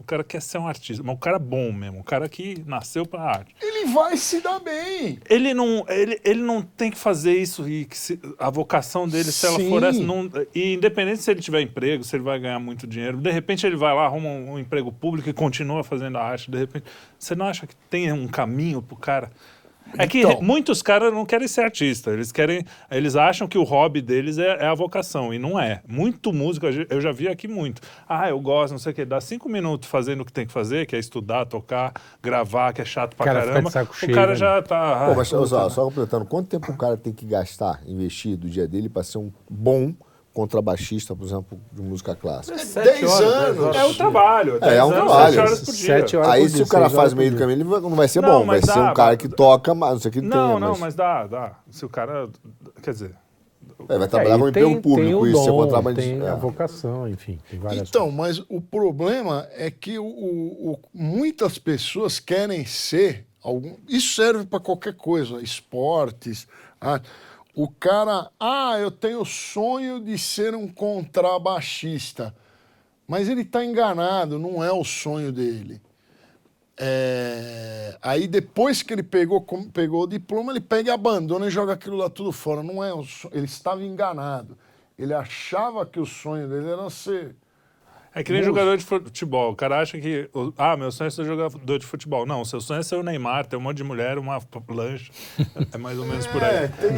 A: cara quer ser um artista, mas o cara bom mesmo, o cara que nasceu pra arte.
E: Ele vai se dar bem.
A: Ele não, ele, ele não tem que fazer isso e que se, a vocação dele, se ela
E: Sim.
A: for essa, não, e independente se ele tiver emprego, se ele vai ganhar muito dinheiro, de repente ele vai lá, arruma um, um emprego público e continua fazendo a arte, de repente, você não acha que tem um caminho pro cara? É que
E: Então.
A: muitos caras não querem ser artista, eles querem, eles acham que o hobby deles é, é a vocação, e não é. Muito músico, eu já vi aqui muito. Ah, eu gosto, não sei o quê, dá cinco minutos fazendo o que tem que fazer, que é estudar, tocar, gravar, que é chato pra
D: Cara, fica
A: caramba.
D: de saco
A: O
D: cheio,
A: cara
D: né?
A: já tá...
C: Pô,
A: ah,
C: mas
A: puta,
C: só, só completando, quanto tempo o cara tem que gastar, investir do dia dele para ser um bom contrabaixista, por exemplo, de música clássica?
B: Sete
E: dez
B: horas, dez
E: anos.
B: horas
A: É um
B: por dia.
A: trabalho.
C: É, é um
A: dez anos,
C: trabalho.
A: sete horas por dia.
D: Sete horas
C: Aí
D: por
C: se
D: dia,
C: o cara
D: seis
C: faz
D: horas
C: o meio
D: por
C: do
D: dia.
C: caminho, ele vai- não vai ser
A: Não,
C: bom, vai
A: mas
C: ser
A: dá,
C: um cara
A: mas-
C: que toca, mas não sei o que
A: Não,
C: tem,
A: não, mas dá, dá. Se o cara... Quer dizer...
C: É, vai
D: É,
C: trabalhar
D: e
C: com
D: tem,
C: emprego público,
D: tem o
C: isso, ser
D: dom,
C: contrabandista.
D: tem
C: É.
D: a vocação, enfim, tem várias
E: Então, mas o problema é que o, o- o- muitas pessoas querem ser algum. Isso serve para qualquer coisa, esportes. arte. O cara, ah, eu tenho o sonho de ser um contrabaixista, mas ele está enganado, não é o sonho dele. É, aí depois que ele pegou, com- pegou o diploma, ele pega e abandona e joga aquilo lá tudo fora. Não é o so- ele estava enganado. Ele achava que o sonho dele era ser.
A: É que nem
E: Músico.
A: jogador de futebol. O cara acha que... o- Ah, meu sonho é ser jogador de futebol. Não, seu sonho é ser o Neymar, ter um monte de mulher, uma p- lancha. É mais ou menos por aí.
E: É, tem.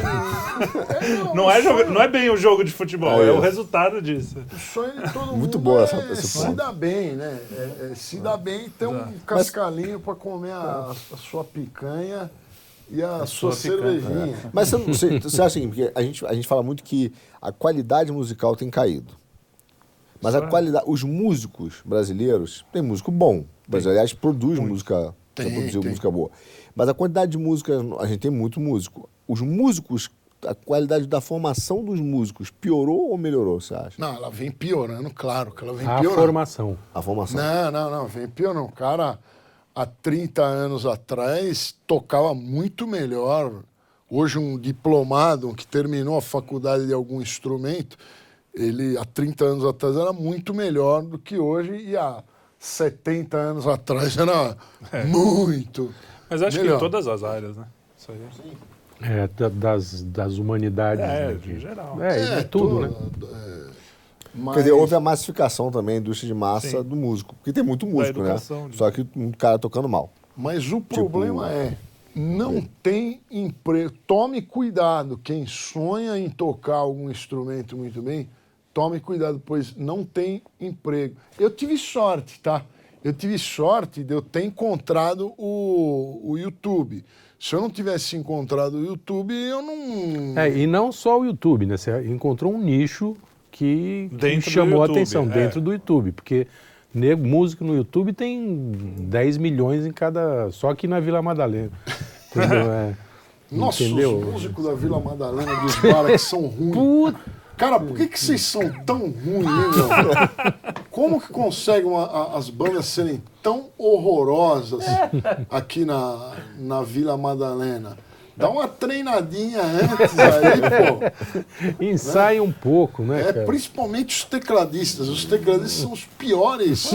E: É,
A: Não
E: o
A: é,
E: sonho-
A: joga- não é bem o jogo de futebol,
C: É
A: é, o
C: isso.
A: resultado disso.
E: O sonho de todo
C: Muito
E: mundo
C: boa
E: é
C: essa- esse
E: se
C: ponto.
E: dar bem, né? É, é se dar bem e ter um cascalinho para comer a, a sua picanha e a, sua,
A: sua picanha.
E: cervejinha.
C: Mas você, você, você acha assim, porque a gente, a gente fala muito que a qualidade musical tem caído. Mas a
A: Isso é.
C: qualidade, os músicos brasileiros, tem músico bom. O Brasil, aliás, produz música,
E: Tem,
C: já produziu
E: tem.
C: música boa. Mas a quantidade de música, a gente tem muito músico. Os músicos, a qualidade da formação dos músicos piorou ou melhorou, você acha?
E: Não, ela vem piorando, claro que ela vem
D: A
E: piorando.
D: formação.
C: A formação.
E: Não, não, não, vem piorando. O cara, há trinta anos atrás, tocava muito melhor. Hoje, um diplomado que terminou a faculdade de algum instrumento, ele, há trinta anos atrás, era muito melhor do que hoje e há setenta anos atrás era muito
A: Mas acho que
E: melhor.
A: em todas as áreas, né? Isso aí.
D: É, da- das, das humanidades.
A: É,
D: né,
A: em
D: de-
A: geral.
D: É, é tudo, né?
E: é, mas-
C: Quer dizer, houve a massificação também, a indústria de massa
A: Sim.
C: do músico. Porque tem muito músico, né?
A: educação, de-
C: Só que um cara tocando mal.
E: Mas o problema é, não tem emprego. Tome cuidado, quem sonha em tocar algum instrumento muito bem, tome cuidado, pois não tem emprego. Eu tive sorte, tá? Eu tive sorte de eu ter encontrado o, o YouTube. Se eu não tivesse encontrado o YouTube, eu não...
D: É, e não só o YouTube, né? Você encontrou um nicho que, que
A: Dentro do
D: chamou a
A: YouTube,
D: atenção
A: é.
D: dentro do YouTube, porque nego, músico no YouTube tem dez milhões em cada... Só aqui na Vila Madalena. Entendeu? É,
E: Nossa,
D: entendeu?
E: os músicos da Vila Madalena, dos bares que são ruins.
D: Puta!
E: Cara, por que, que vocês são tão ruins, hein, meu? Como que conseguem a- a- as bandas serem tão horrorosas aqui na, na Vila Madalena? Dá uma treinadinha antes aí, pô.
D: Ensaia um pouco, né,
E: É,
D: cara?
E: principalmente os tecladistas. Os tecladistas são os piores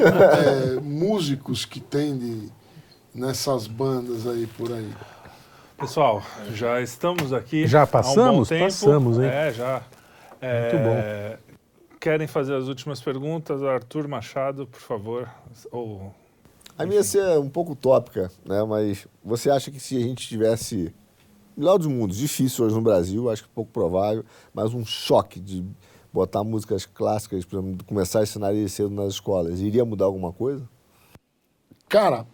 E: é, músicos que tem de, nessas bandas aí por aí.
A: Pessoal, já estamos aqui.
D: Já
A: há um bom
D: passamos?
A: tempo.
D: Passamos, hein?
A: É, já. É,
D: Muito bom.
A: Querem fazer as últimas perguntas? Arthur Machado, por favor. Ou...
C: A minha ia ser um pouco utópica, né? Mas você acha que se a gente tivesse, melhor dos mundos, difícil hoje no Brasil, acho que pouco provável, mas um choque de botar músicas clássicas, por exemplo, começar a ensinar isso cedo nas escolas, iria mudar alguma coisa?
E: Cara,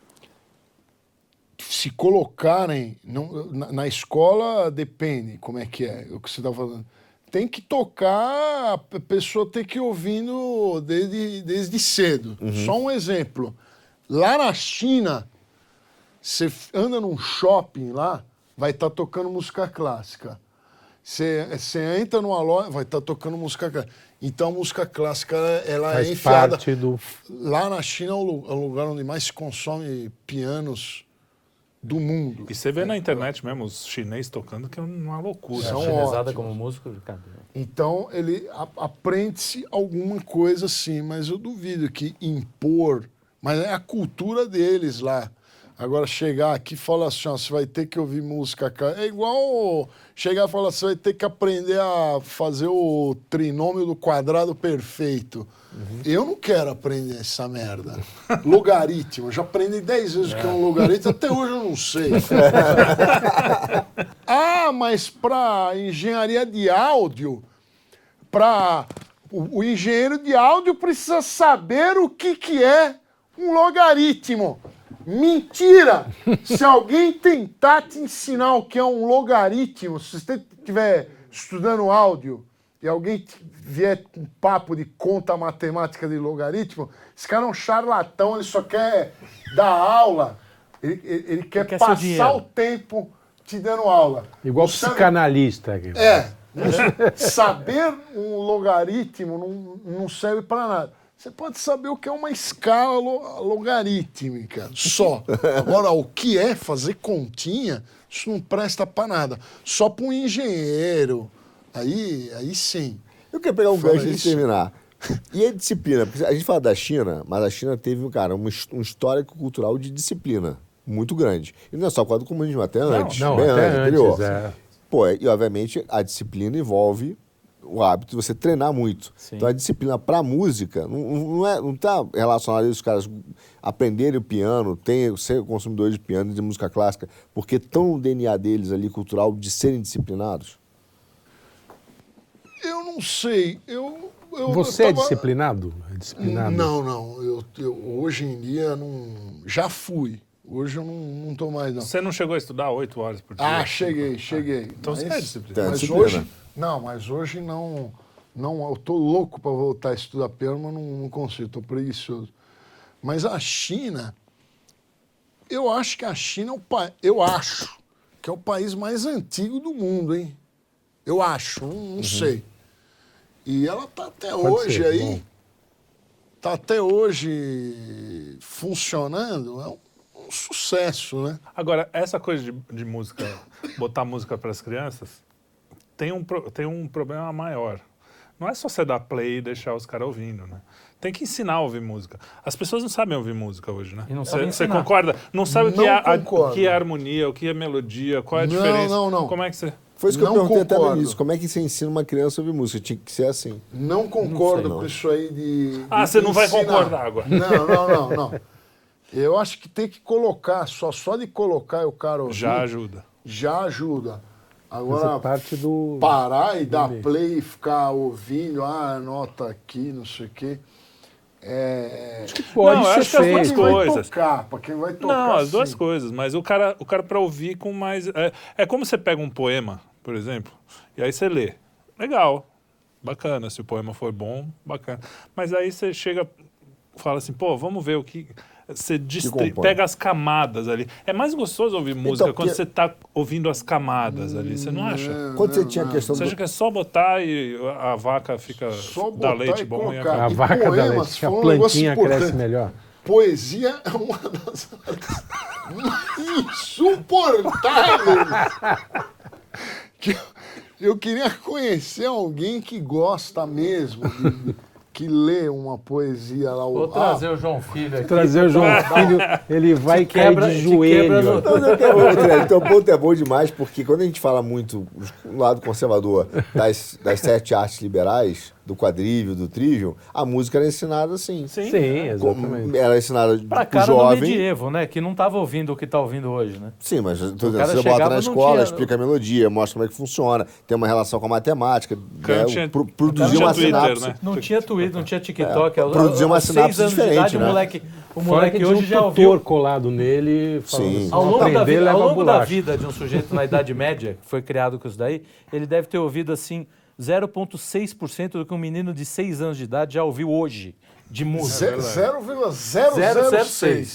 E: se colocarem não, na, na escola, depende como é que é, o que você está falando. Tem que tocar, a pessoa tem que ir ouvindo desde, desde cedo. Só um exemplo. Lá na China, você anda num shopping lá, vai estar tocando música clássica. Você, você entra numa loja, vai estar tocando música clássica. Então, a música clássica, ela
D: Faz
E: é enfiada...
D: parte do...
E: Lá na China é o lu- é o lugar onde mais se consome pianos do mundo.
A: E você vê na internet mesmo os chineses tocando, que é uma loucura.
E: São
B: Chinesada
E: ótimos.
B: como músico, cara.
E: Então, ele a- aprende-se alguma coisa assim, mas eu duvido que impor, mas é a cultura deles lá. Agora, chegar aqui e falar assim, ó, você vai ter que ouvir música... ca- É igual chegar e falar, você vai ter que aprender a fazer o trinômio do quadrado perfeito. Eu não quero aprender essa merda. Logaritmo. Eu já aprendi dez vezes o que é um logaritmo, até hoje eu não sei. Ah, mas para engenharia de áudio, para o, o engenheiro de áudio precisa saber o que, que é um logaritmo. Mentira! Se alguém tentar te ensinar o que é um logaritmo, se você estiver estudando áudio e alguém te- vier com um papo de conta matemática de logaritmo, esse cara é um charlatão, ele só quer dar aula, ele, ele- ele quer,
B: quer seu
E: passar
B: dinheiro.
E: o tempo te dando aula.
D: Igual
E: Não sabe-
D: psicanalista.
E: É. Saber um logaritmo não, não serve para nada. Você pode saber o que é uma escala lo- logarítmica, só. Agora, o que é fazer continha, isso não presta para nada. Só para um engenheiro. Aí, aí sim.
C: Eu quero pegar um
E: Fala
C: gancho antes de
E: isso.
C: terminar. E a disciplina? Porque a gente fala da China, mas a China teve, cara, um, his- um histórico cultural de disciplina muito grande. E não é só por causa do comunismo, até antes.
D: não,
C: bem
D: até
C: antes, anterior.
D: antes, é.
C: Pô, e obviamente a disciplina envolve o hábito de você treinar muito.
B: Sim.
C: Então a disciplina para música não, não, é, não tá relacionada a isso, os caras aprenderem o piano, tem, ser consumidores de piano e de música clássica, porque estão no D N A deles ali, cultural, de serem disciplinados.
E: Eu não sei. Eu, eu,
D: Você
E: eu
D: é
E: tava-
D: disciplinado? É disciplinado?
E: Não, não. Eu, eu- hoje em dia não. Já fui. Hoje eu não, não tô mais, não.
A: Você não chegou a estudar oito horas por dia?
E: Ah, cheguei, cheguei.
A: Então você é disciplinado.
C: Tem
E: Mas
C: disciplina.
E: hoje, não, mas hoje não, não. Eu tô louco para voltar a estudar piano, mas não, não consigo, tô preguiçoso. Mas a China, eu acho que a China é o país, eu acho que é o país mais antigo do mundo, hein? Eu acho, não, não sei. E ela tá até
D: Pode
E: hoje
D: ser,
E: aí,
D: bom.
E: tá até hoje funcionando, é um, um sucesso, né?
A: Agora, essa coisa de, de música, botar música para as crianças, tem um, pro- tem um problema maior. Não é só você dar play e deixar os caras ouvindo, né? Tem que ensinar a ouvir música. As pessoas não sabem ouvir música hoje, né?
B: E não
A: Você
B: sabem
A: você
B: ensinar.
A: concorda? Não sabe o que,
E: Não
A: é a, o
E: concordo.
A: que é harmonia, o que é melodia, qual é a
E: Não,
A: diferença.
E: não, não.
A: Como é que você...
C: Foi isso que
E: Não
C: eu perguntei até no
E: concordo.
C: início. Como é que você ensina uma criança a ouvir música? Tinha que ser assim.
E: Não concordo
C: não.
E: com isso aí de.
A: Ah,
E: de
A: você não vai
E: ensinar.
A: concordar agora.
E: Não, não, não, não. Eu acho que tem que colocar, só, só de colocar o cara ouvir,
A: Já ajuda.
E: já ajuda.
D: Fazer
E: Agora,
D: parte do...
E: parar e dar
D: dele.
E: play e ficar ouvindo, ah, nota aqui, não sei o quê. É.
D: Pode
A: Não, eu
D: ser
A: acho que as
E: Pra
A: duas
D: feito.
E: quem vai
A: coisas.
E: tocar, pra quem vai tocar.
A: Não, as duas
E: sim.
A: coisas, mas o cara, o cara para ouvir com mais... É, é como você pega um poema, por exemplo, e aí você lê. Legal, bacana, se o poema for bom, bacana. Mas aí você chega, fala assim, pô, vamos ver o que... Você distri...
C: compõe.
A: pega as camadas ali. É mais gostoso ouvir música quando
C: porque-
A: você tá ouvindo as camadas ali, você não acha?
C: Quando você tinha a questão
A: Você
C: do...
A: acha que é só botar e a vaca fica...
E: Só
A: dá
E: botar
A: leite
E: e
A: bom e
E: colocar.
A: acaba?
D: A
E: E
D: vaca da
E: poemas
D: leite, que a
E: foi um negócio
D: plantinha cresce
E: importante.
D: melhor.
E: Poesia é uma das artes mais insuportáveis. Que eu, eu queria conhecer alguém que gosta mesmo, de- que lê uma poesia lá.
B: Vou
E: o-
B: trazer o João Filho aqui.
D: Trazer o João Filho, ele vai
B: Te
D: cair
B: quebra-
D: de
B: te
D: joelho.
B: quebra no-
C: Não, não, que é bom, Trelli. Então, o ponto é bom demais, porque quando a gente fala muito do lado conservador das, das sete artes liberais, do quadrívio, do trígio, a música era ensinada assim.
A: Sim.
D: Sim,
C: Como-
D: exatamente.
C: Era ensinada
B: Pra
C: pro
B: cara do
C: jovem.
B: medievo, né? Que não tava ouvindo o que tá ouvindo hoje, né?
C: Sim, mas eu tô dizendo,
B: cara
C: você bota
B: chegava,
C: na
B: não
C: escola,
B: tinha-
C: explica a melodia, mostra como é que funciona, tem uma relação com a matemática,
A: Cara,
C: né,
A: tinha-
C: pro-
A: cara,
C: produzir
A: tinha
C: uma
A: Twitter,
C: sinapse.
A: né?
B: Não tinha Twitter, não tinha TikTok. aos-
C: produzir uma
B: aos seis
C: sinapse
B: anos de
C: diferente,
B: idade,
C: né?
B: O moleque, o
D: Fora
B: moleque
D: que
B: hoje
D: tinha
B: já
D: um
B: ouviu...
D: tutor colado nele, falando
C: Sim.
D: assim,
B: Ao longo, da,
D: aprender,
B: vida, ao
D: leva
B: longo da
D: bolacha.
B: vida de um sujeito na Idade Média, que foi criado com isso daí, ele deve ter ouvido assim zero vírgula seis por cento do que um menino de seis anos de idade já ouviu hoje de música.
E: Ze- zero vírgula zero zero seis.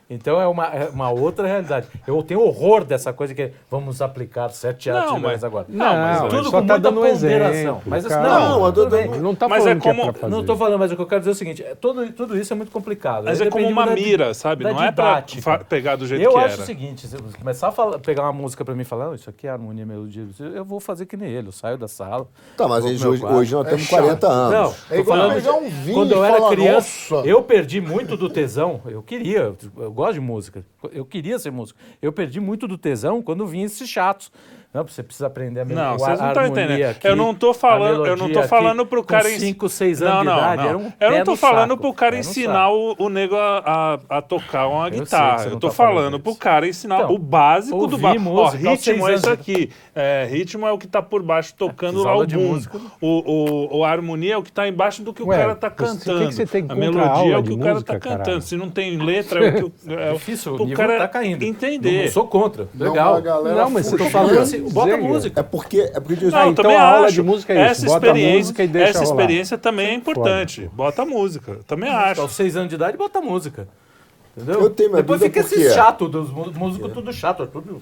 B: Então é uma, é uma outra realidade. Eu tenho horror dessa coisa que vamos aplicar sete teatros
A: Não,
B: liberais
A: mas-
B: agora.
A: não, mas
D: Não,
B: tudo
D: ele
B: com
D: só tá
B: muita
D: dando um
B: ponderação.
D: exemplo,
B: Mas
D: cara.
B: não,
C: Não, eu tô
B: tudo bem.
C: dando-
D: Ele não tá
A: Mas
D: falando
A: é
D: que é
A: como-
D: pra fazer.
B: Não estou falando, mas o que eu quero dizer é o seguinte: é, tudo, tudo isso é muito complicado.
A: Mas
B: Aí
A: é como
B: depende
A: uma
B: da di-
A: mira, sabe?
B: da
A: Não é pra
B: didática.
A: fa- pegar do jeito
B: Eu
A: que
B: acho
A: era.
B: o seguinte: se eu começar a falar- pegar uma música pra mim e falar, "Não, isso aqui é harmonia, melodia, eu vou fazer que nem ele, eu saio da sala.
C: Tá, mas
B: vou
C: a
B: pro
C: gente,
B: meu
C: hoje,
B: quarto.
C: hoje nós temos
E: chato.
C: quarenta anos.
B: Não,
E: É
B: tô
E: igual
B: falando
E: pegar
B: de-
E: um vinho
B: quando
E: e
B: eu era
E: falar,
B: criança,
E: "Nossa".
B: eu perdi muito do tesão. Eu queria, eu gosto de música. Eu queria ser músico. Eu perdi muito do tesão quando vinha esses chatos. Não, você precisa aprender a melodia.
A: Não, vocês não estão entendendo. Eu não tô falando, eu não tô falando pro cara
B: Com cinco, seis anos
A: não,
B: de
A: não,
B: idade,
A: não.
B: era um
A: Eu
B: pé
A: não tô
B: no
A: falando
B: saco,
A: pro cara
B: pé no
A: ensinar
B: saco.
A: o, o nego a, a, a tocar uma
B: sei que
A: guitarra.
B: você
A: Eu
B: não
A: tô
B: tá falando
A: falando pro
B: disso.
A: cara ensinar
B: Então,
A: o básico do
B: ouvir
A: básico. Ó,
B: música aos seis
A: ritmo é isso
B: anos.
A: aqui. É, ritmo é o que tá por baixo tocando
B: fiz
A: lá
B: aula
A: o
B: de
A: boom.
B: música.
A: O, o, o a harmonia é o que tá embaixo do que o
D: Ué,
A: cara tá
D: você- o que que
A: cantando.
D: você tem
A: A
D: contra
A: melodia
D: aula
A: é o
D: de
A: que o cara
D: música,
A: tá cantando.
D: caralho?
A: Se não tem letra, é o que o, é o-
B: Difícil, o
A: pro
B: nível
A: cara
B: tá caindo.
A: entender.
B: Não sou contra.
E: Não,
B: Legal.
E: a galera
D: Não, mas
E: fugiu.
D: você
B: Tô falando assim,
D: Dizer,
B: bota
D: cara.
B: música.
C: É porque, é porque
A: Não,
D: Ah,
A: eu
D: então
A: também
D: a aula
A: acho.
D: de música é isso,
A: Essa
D: bota a
A: experiência,
D: música e deixa
A: essa
D: rolar.
A: experiência também é importante.
D: Foda, pô.
A: Bota a música. Também acho.
B: Aos seis anos de idade, bota música. Entendeu?
C: Eu tenho minha
B: Depois
C: dúvida
B: fica
C: por quê?
B: esse chato dos mu- músicos, tudo chato, tudo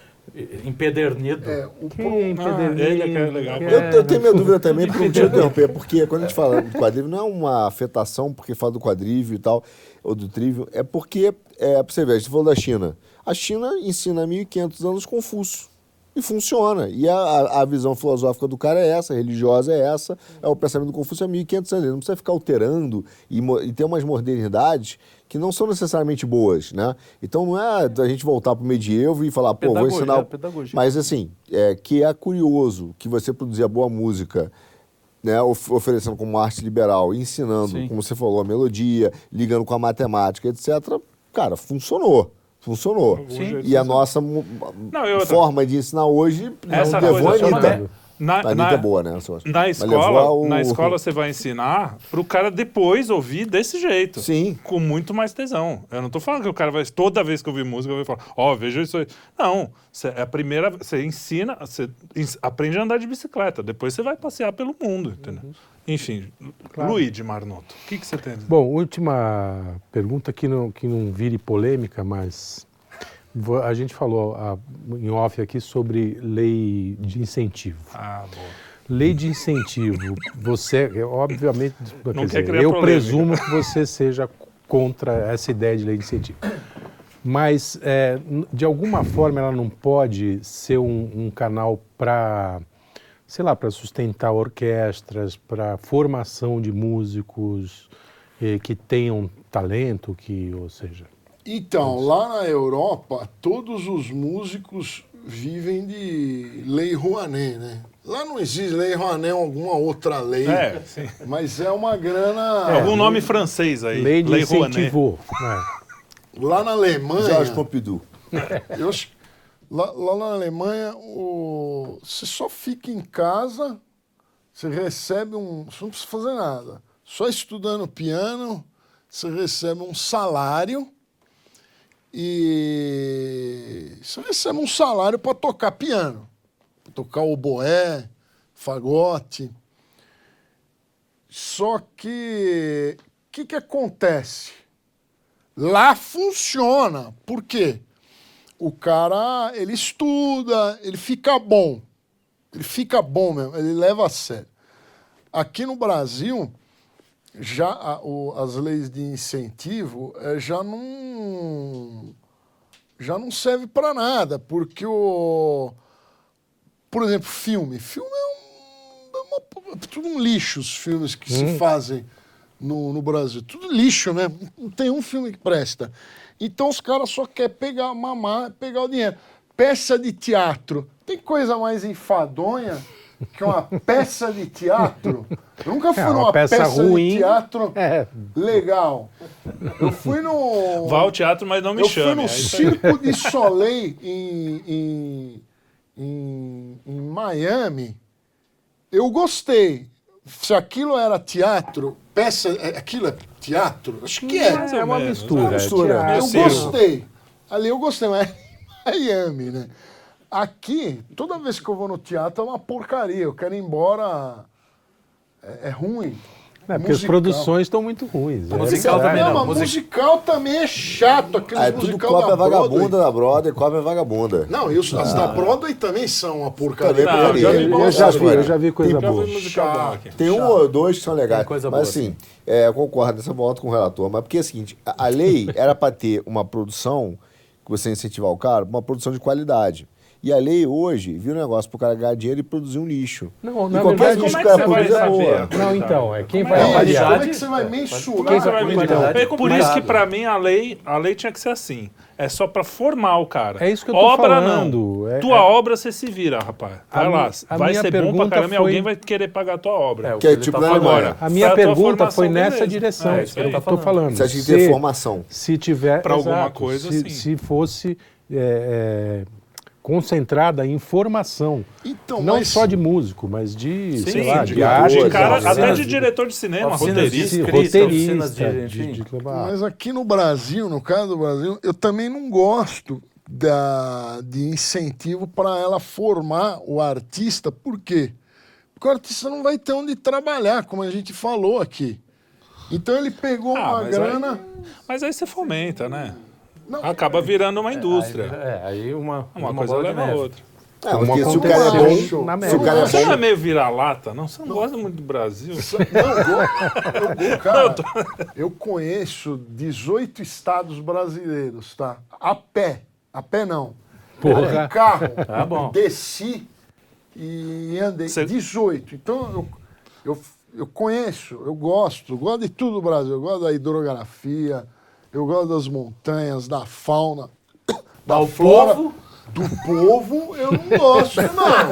B: empedernido.
E: É, o
D: Quem
E: pro-
D: empedernido,
A: ele é que é legal.
D: que
C: Eu, eu
D: é,
C: tenho minha dúvida também, porque não te interromper, porque quando a gente fala do quadrívio, não é uma afetação porque fala do quadrívio e tal, ou do trívio, é porque, é, pra você ver, a gente falou da China. A China ensina há mil e quinhentos anos Confúcio. E funciona. E a, a, a visão filosófica do cara é essa, a religiosa é essa, é o pensamento do Confúcio há mil e quinhentos anos. Ele não precisa ficar alterando e, mo- e ter umas modernidades que não são necessariamente boas, né? Então não é a gente voltar para o medievo e falar, pô, vou
B: Pedagogia,
C: ensinar...
B: pedagogia.
C: Mas assim, é, que é curioso que você produzia boa música, né, of- oferecendo como arte liberal, ensinando,
B: Sim.
C: como você falou, a melodia, ligando com a matemática, etcétera. Cara, funcionou. Funcionou.
A: Sim.
C: E a nossa mo-
A: Não, e outra-
C: forma de ensinar hoje
A: Essa
C: não levou
A: coisa
C: a
A: chama-
C: Anitta.
A: Na,
C: A Anitta
A: na-
C: é boa, né? eu acho.
A: Na
C: Mas
A: escola,
C: levou ao-
A: na escola você vai ensinar pro cara depois ouvir desse jeito.
C: Sim.
A: Com muito mais tesão. Eu não tô falando que o cara vai, toda vez que eu ouvir música, vai falar, ó, veja isso aí. Não, cê, é a primeira, você ensina, você ens- aprende a andar de bicicleta, depois você vai passear pelo mundo, entendeu?
C: Uhum.
A: Enfim, Luigi Marnoto, o que, que você tem a dizer?
D: Bom, última pergunta que não, que não vire polêmica, mas vo- a gente falou ah, em off aqui sobre lei de incentivo.
A: Ah, boa.
D: Lei de incentivo, você, é, obviamente, quer
A: quer
D: dizer,
A: criar
D: eu
A: polêmica.
D: presumo que você seja contra essa ideia de lei de incentivo. Mas, é, n- de alguma forma, ela não pode ser um, um canal para, sei lá, para sustentar orquestras, para formação de músicos eh, que tenham talento, que, ou seja...
E: Então, lá na Europa, todos os músicos vivem de lei Rouanet, né? Lá não existe lei Rouanet ou alguma outra lei,
A: É, sim.
E: mas é uma grana...
A: Algum nome francês aí.
D: Lei de
A: Rouanet.
D: incentivo. né?
E: Lá na Alemanha...
C: Jorge Pompidou.
E: Eu acho, lá, lá na Alemanha, o, você só fica em casa, você recebe um... Você não precisa fazer nada. Só estudando piano, você recebe um salário e você recebe um salário para tocar piano, pra tocar oboé, fagote. Só que o que, que acontece? Lá funciona. Por quê? O cara, ele estuda, ele fica bom. Ele fica bom mesmo, ele leva a sério. Aqui no Brasil, já a- o- as leis de incentivo eh, já não já não serve para nada, porque o por exemplo, filme, filme é, um, é uma- é tudo um lixo os filmes que se fazem no, no Brasil, tudo lixo, né? Não tem um filme que presta. Então os caras só querem pegar, mamar, pegar o dinheiro. Peça de teatro, tem coisa mais enfadonha que uma peça de teatro? Eu nunca fui
D: É, uma
E: numa
D: peça
E: peça,
D: ruim.
E: de teatro
D: É.
E: legal. Eu fui no.
A: Vá ao teatro, mas não me
E: eu
A: chame.
E: fui no
A: é isso aí.
E: Circo de Soleil em, em, em, em Miami. Eu gostei. Se aquilo era teatro, peça. é- Aquilo é teatro? Acho que é.
A: Mais
D: É
A: ou
D: uma
A: menos,
D: mistura.
C: é uma mistura.
D: teatro.
E: Eu
A: circo.
E: gostei. Ali eu gostei, mas é Miami, né? Aqui, toda vez que eu vou no teatro é uma porcaria. Eu quero ir embora. É, é ruim.
D: Não, porque as produções estão muito ruins.
B: A
D: é
B: musical
D: verdade.
B: também
E: Não,
B: não.
E: mas
B: Music-
E: musical também é chato, aqueles
C: Ah, é tudo
E: musical
C: cópia
E: da
C: vagabunda
E: Broadway.
C: da Broadway, cópia vagabunda.
E: Não, e os, as da Broadway também são uma porcaria.
C: Também
A: Não,
C: porcaria.
A: já vi
D: Eu
A: bons
D: já vi,
A: agora.
D: eu já vi coisa
A: Já
D: boa.
A: vi musical bom aqui.
C: Tem um ou dois que são legais.
B: Tem coisa
C: mas
B: boa,
C: assim, é, eu concordo nessa volta com o relator. Mas porque é o seguinte, a, a lei era para ter uma produção, que você incentivar o cara, uma produção de qualidade. E a lei hoje vira um negócio pro cara ganhar dinheiro e produzir um lixo.
D: Não,
C: E
D: na
C: qualquer
D: verdade,
C: lixo
A: como
C: que
A: é
C: o
A: que
C: cara
A: você vai
C: produz é
A: saber?
C: boa.
D: Não, então, é quem
A: Como
D: vai
A: é?
D: avaliar.
E: Como é que você vai mensurar?
A: Quem você vai
B: Qualidade.
A: medir? É por
B: Cuidado.
A: isso que pra mim a lei, a lei tinha que ser assim. É só pra formar o cara.
D: É isso que eu tô
A: obra
D: falando.
A: Não.
D: É-
A: tua
D: é-
A: obra você se vira, rapaz. Vai
D: A
A: lá.
D: mi- a
A: Vai
D: minha
A: ser bom pra
D: pergunta
A: caramba e
D: foi-
A: alguém vai querer pagar a tua obra.
B: É, o
C: Que é
B: ele
C: tipo
B: tá
C: na
B: falando.
C: Alemanha.
D: A minha
A: Pra tua
D: pergunta
A: formação,
D: foi nessa
A: beleza.
D: direção.
A: É,
D: É
A: isso
D: isso que
A: aí.
D: eu tô falando.
C: Você acha que
D: Se-
C: tem formação?
D: Se tiver.
A: Pra alguma
D: exato,
A: coisa,
D: se,
A: sim.
D: se fosse é, é, concentrada em formação.
E: Então,
D: não
E: mas-
D: só de músico, mas de, sei
A: Sim,
D: lá,
A: de,
D: de arte.
A: de cara,
C: oficinas
A: até
B: de-
A: de diretor de cinema,
B: oficinas de
A: roteirista.
D: de
B: escrita,
D: roteirista,
B: oficinas de-
D: de,
B: enfim.
D: de, levar-
E: Mas aqui no Brasil, no caso do Brasil, eu também não gosto da, de incentivo para ela formar o artista. Por quê? Porque o artista não vai ter onde trabalhar, como a gente falou aqui. Então ele pegou
A: Ah,
E: uma
A: mas
E: grana...
A: aí- Mas aí você fomenta, né?
E: Não,
A: Acaba virando uma indústria.
B: É, aí uma,
A: Uma,
B: uma
A: coisa
B: bola de
A: leva a
B: neve.
A: outra.
C: É, porque se o
D: aconteceu
C: cara é bom,
D: na
C: se o
D: América.
C: cara é
A: Você não
C: bom,
A: é meio vira-lata, não? Você não gosta muito do Brasil?
E: Não, eu, go- eu, go- cara, eu conheço dezoito estados brasileiros, tá? A pé. A pé não.
D: Porra.
E: De carro.
B: Tá bom.
E: Desci e andei.
A: Cê-
E: dezoito. Então, eu, eu, eu conheço, eu gosto, eu gosto de tudo do Brasil. Eu gosto da hidrografia, eu gosto das montanhas, da fauna, da
B: O
E: flora.
B: povo?
E: Do povo, eu não gosto,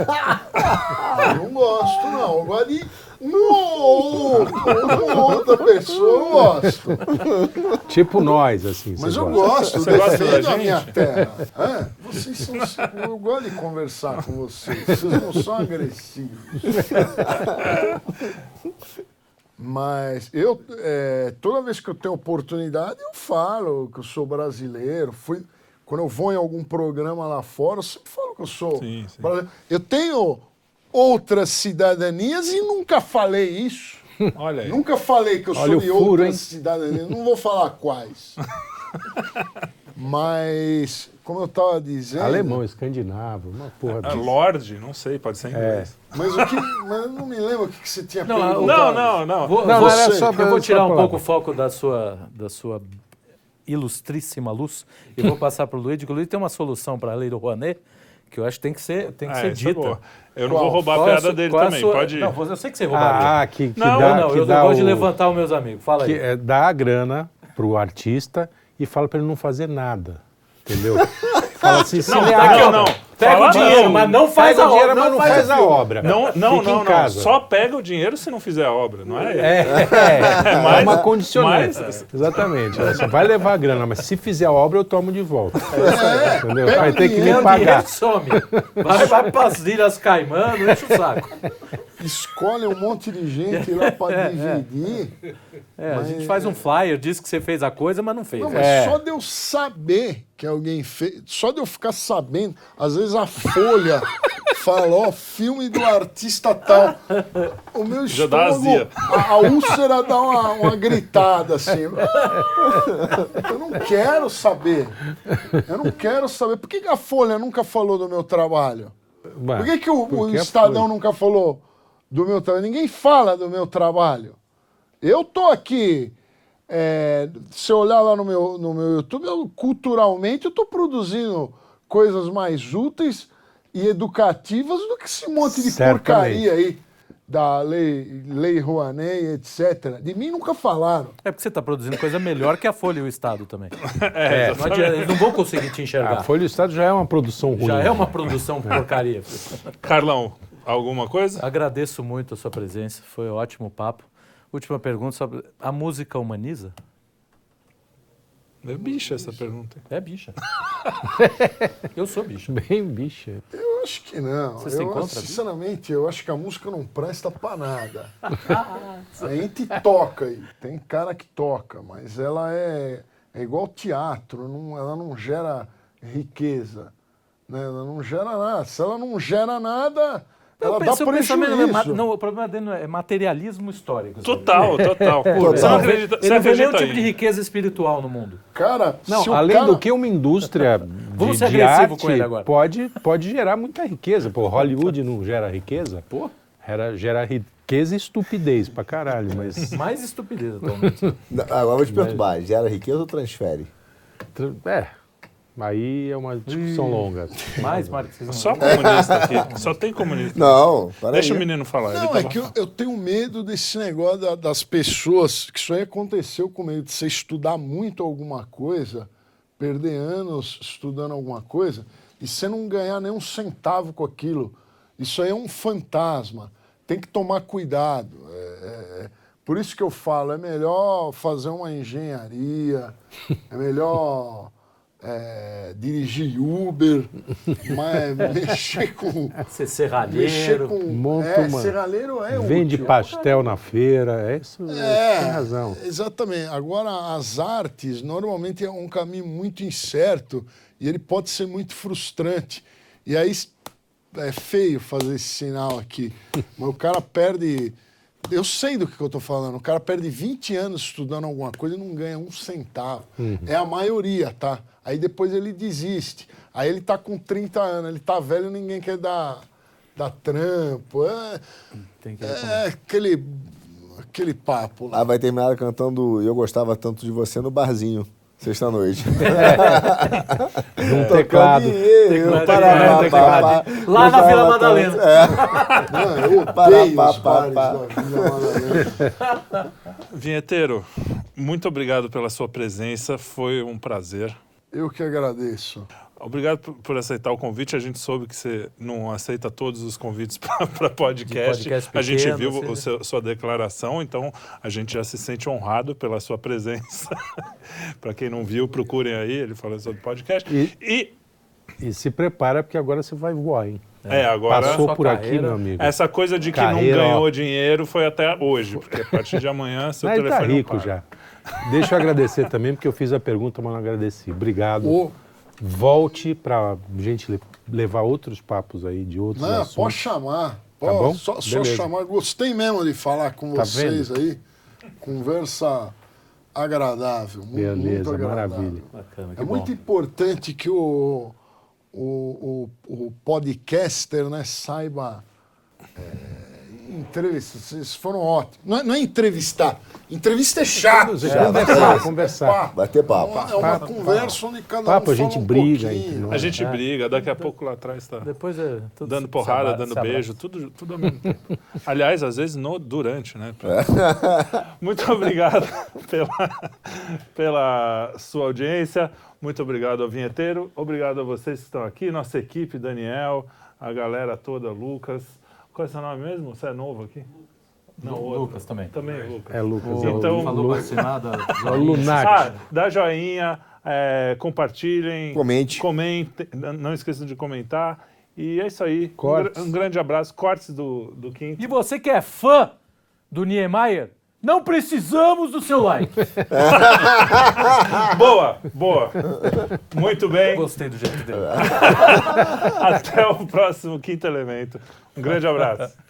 E: não. Eu não gosto, não. Eu gosto de uma ou uma outra pessoa, eu gosto.
D: Tipo nós, assim.
E: Mas
D: você
E: eu
D: gosta.
E: gosto,
A: Você
E: eu
A: gosta da
E: defendo a
A: gente?
E: minha terra. É, vocês são, eu gosto de conversar com vocês. Vocês não são agressivos. Mas eu, é, toda vez que eu tenho oportunidade, eu falo que eu sou brasileiro. Fui, quando eu vou em algum programa lá fora, eu sempre falo que eu sou
A: Sim, sim.
E: brasileiro. Eu tenho outras cidadanias e nunca falei isso.
A: Olha aí.
E: Nunca falei que eu
D: Olha
E: sou
D: o
E: de
D: furo,
E: outras
D: hein?
E: cidadanias. Não vou falar quais. Mas, como eu estava dizendo...
D: Alemão, escandinavo, uma porra.
A: Ah,
D: disso.
A: Lorde, não sei, pode ser em inglês.
E: Mas, o que, mas eu não me lembro o que, que você tinha
B: Não,
E: perguntado.
A: Não, não, não.
B: Vou,
D: Não,
B: vou-
D: não, era
E: Você,
D: só
B: eu
D: pra-
B: vou
D: só
B: tirar um
D: pra-
B: pouco o foco da sua, da sua ilustríssima luz e vou passar para o Luiz, que o Luiz tem uma solução para a lei do Rouanet que eu acho que tem que ser, tem que
A: Ah,
B: ser
A: essa é
B: dita.
A: boa. Eu não
E: Qual?
A: vou roubar
B: Qual
A: a
B: a
A: piada
B: sua-
A: dele
B: qual a
A: também,
B: sua-
A: pode ir.
B: Não, eu sei que você roubaria.
D: Ah, que, que
A: Não,
D: dá,
B: não,
D: que
B: eu,
D: dá
B: eu gosto de
D: o-
B: levantar os meus amigos. Fala aí.
D: que é, dá a grana pro artista e fala para ele não fazer nada. Entendeu? Fala assim, se
A: Não,
D: ele
A: aqui
D: acha-
A: não.
B: Pega
A: Fala
B: o dinheiro,
A: não.
B: mas não faz
D: Pega
B: a
D: o dinheiro,
B: obra.
D: mas não faz a obra.
A: Não, não,
D: Fica
A: não,
D: em
A: não.
D: casa.
A: Só pega o dinheiro se não fizer a obra, não é?
D: É, é, é
A: Mas-
D: uma condicionante.
A: mas-
D: Exatamente. Você vai levar a grana, mas se fizer a obra, eu tomo de volta.
E: É,
D: Entendeu?
E: pega
D: Vai
E: o
D: ter que
E: dinheiro,
D: me
B: O
D: pagar.
B: dinheiro some. Vai, vai para as ilhas Caimã, não enche o saco.
E: Escolhe um monte de gente lá para dividir.
B: É, a
E: Mas-
B: gente faz um flyer, diz que você fez a coisa, mas não fez.
E: Não, mas
D: É.
E: só de eu saber que alguém fez, só de eu ficar sabendo, às vezes a Folha fala, ó, filme do artista tal. O meu
A: Já dá
E: estômago,
A: azia.
E: a, a úlcera dá uma, uma gritada assim. Eu não quero saber. Eu não quero saber. Por que, que a Folha nunca falou do meu trabalho?
D: Ué,
E: Por que, que o, o
D: porque
E: Estadão
D: foi.
E: nunca falou do meu trabalho? Ninguém fala do meu trabalho. Eu tô aqui, é, se eu olhar lá no meu, no meu YouTube, eu, culturalmente eu tô produzindo coisas mais úteis e educativas do que esse monte de
D: Certamente.
E: porcaria aí da lei, lei Rouanet, etcétera. De mim nunca falaram.
B: É porque você está produzindo coisa melhor que a Folha e o Estado também.
A: É,
B: Não adianta, eles não vão conseguir te
D: A
B: enxergar.
D: Folha do Estado já é uma produção ruim.
B: Já é uma produção porcaria.
A: Carlão, alguma coisa?
B: Agradeço muito a sua presença, foi um ótimo papo. Última pergunta sobre a música humaniza?
A: É bicha essa pergunta.
B: É bicha. Eu sou bicha.
D: Bem bicha.
E: Eu acho que não.
B: Vocês
E: eu,
B: têm contra,
E: sinceramente, eu acho que a música não presta pra nada. A gente toca aí, tem cara que toca, mas ela é, é igual teatro, não, ela não gera riqueza, né? Ela não gera nada. Se ela não gera nada, Ela dá
B: Seu pensamento não é ma-
E: prejuízo.
B: não, o problema dele não é materialismo histórico. sabe?
A: Total, total.
B: Puro.
A: Você não
B: Ele não vê-
A: acredita, você
B: ele não vê nenhum
A: acredita
B: tipo de
A: aí?
B: riqueza espiritual no mundo.
E: Cara,
D: Não,
E: se o
D: além
E: cara...
D: do que uma indústria
B: Vamos
D: de,
B: ser
D: de
B: agressivo
D: arte
B: com ele agora.
D: Pode, pode gerar muita riqueza. Pô, Hollywood não gera riqueza? Pô, gera, gera riqueza e estupidez pra caralho, mas...
B: Mais estupidez atualmente.
C: Não, Agora eu vou te perturbar. Gera riqueza ou transfere?
D: É, aí é uma discussão longa.
B: Mais, Mário, que vocês não
A: Só comunista aqui. Só tem comunista.
C: Não, para
A: Deixa
C: aí.
A: o menino falar. ele
E: Não,
A: tá
E: é que eu, eu tenho medo desse negócio da- das pessoas, que isso aí aconteceu comigo, de você estudar muito alguma coisa, perder anos estudando alguma coisa, e você não ganhar nem um centavo com aquilo. Isso aí é um fantasma. Tem que tomar cuidado. É, é- por isso que eu falo, é melhor fazer uma engenharia, é melhor é, dirigir Uber, mas mexer com...
B: Ser
E: Mexer
B: serralheiro.
E: com...
D: Monta
E: é,
D: uma-
E: serralheiro é
D: Vende
E: útil.
D: pastel na feira, é isso,
E: É,
D: tem razão.
E: exatamente. Agora, as artes, normalmente é um caminho muito incerto e ele pode ser muito frustrante. E aí é feio fazer esse sinal aqui, mas o cara perde... Eu sei do que eu estou falando. O cara perde vinte anos estudando alguma coisa e não ganha um centavo. É a maioria, tá? Aí depois ele desiste. Aí ele tá com trinta anos, ele tá velho e ninguém quer dar, dar trampo. É,
B: Tem que
E: é aquele, aquele papo lá.
C: Ah, vai terminar cantando Eu Gostava Tanto de Você no barzinho, sexta-noite.
D: Um teclado.
C: Eu,
B: Teclado, teclado. Lá na Vila Madalena.
E: Não, eu
C: Pará,
E: odeio
C: pá,
E: os
C: pá,
E: bares
C: pá.
E: da Vila Madalena.
A: Vinheteiro, muito obrigado pela sua presença. Foi um prazer.
E: Eu que agradeço.
A: Obrigado por, por aceitar o convite. A gente soube que você não aceita todos os convites para podcast.
B: podcast
A: A gente
B: pequeno,
A: viu
B: assim,
A: o
B: né?
A: seu- sua declaração, então a gente já se sente honrado pela sua presença. Para quem não viu, procurem aí. Ele falou sobre podcast.
D: E-
A: E,
D: E se prepara, porque agora você vai voar, hein?
A: é, agora
D: Passou
B: Sua
D: por aqui,
B: carreira-
D: meu amigo.
A: essa coisa de que
D: Carreira,
A: não ganhou
D: ó.
A: dinheiro foi até hoje, porque a partir de amanhã seu
D: Mas ele tá
A: telefone não
D: rico
A: para.
D: já. Deixa eu agradecer também, porque eu fiz a pergunta, mas não agradeci. Obrigado.
E: Ô,
D: Volte para gente le- levar outros papos aí de outros
E: não,
D: assuntos.
E: pode chamar.
D: Tá
E: Pode,
D: bom?
E: Só, só
D: Beleza.
E: chamar. Gostei mesmo de falar com
D: Tá
E: vocês aí. Conversa agradável. mu- muito
D: Beleza,
E: agradável.
D: maravilha.
B: Bacana, que
E: É
B: bom.
E: muito importante que o, o, o, o podcaster, né, saiba é, entrevistar. Vocês foram ótimos. Não é, não é entrevistar. Entrevista é chato.
D: Conduzir,
E: É,
D: conversar,
E: é,
D: conversar.
E: papo.
C: Bater papo.
E: É uma
D: Papo,
E: conversa onde cada um
D: Papo, a
E: fala
D: gente
E: um
D: briga
E: pouquinho.
D: entre nós.
A: A gente
B: É.
A: briga, daqui a pouco lá atrás está
B: Depois é tudo
A: dando
B: se-
A: porrada,
B: se abra-
A: dando
B: se abraça.
A: beijo, tudo, tudo ao mesmo tempo. Aliás, às vezes no durante, né? Muito obrigado pela, pela sua audiência. Muito obrigado ao vinheteiro. Obrigado a vocês que estão aqui, nossa equipe, Daniel, a galera toda, Lucas. Qual é o seu nome mesmo? Você é novo aqui? Não,
B: Lu-
A: outro.
B: Lucas também.
A: Também, Lucas.
D: É, Lucas.
B: O-
D: é o
A: Então-
B: falou
D: Lu-
B: pra assinar da
D: é o Lunati.
A: Ah, dá joinha, é, compartilhem.
C: Comente.
A: Comentem, não esqueçam de comentar. E é isso aí. Um,
D: Cortes.
A: gra- um grande abraço. Cortes do, do Quinto.
B: E você que é fã do Niemeyer, não precisamos do seu like.
A: Boa, boa. Muito bem.
B: Gostei do jeito dele.
A: Até o próximo Quinto Elemento. Um grande abraço.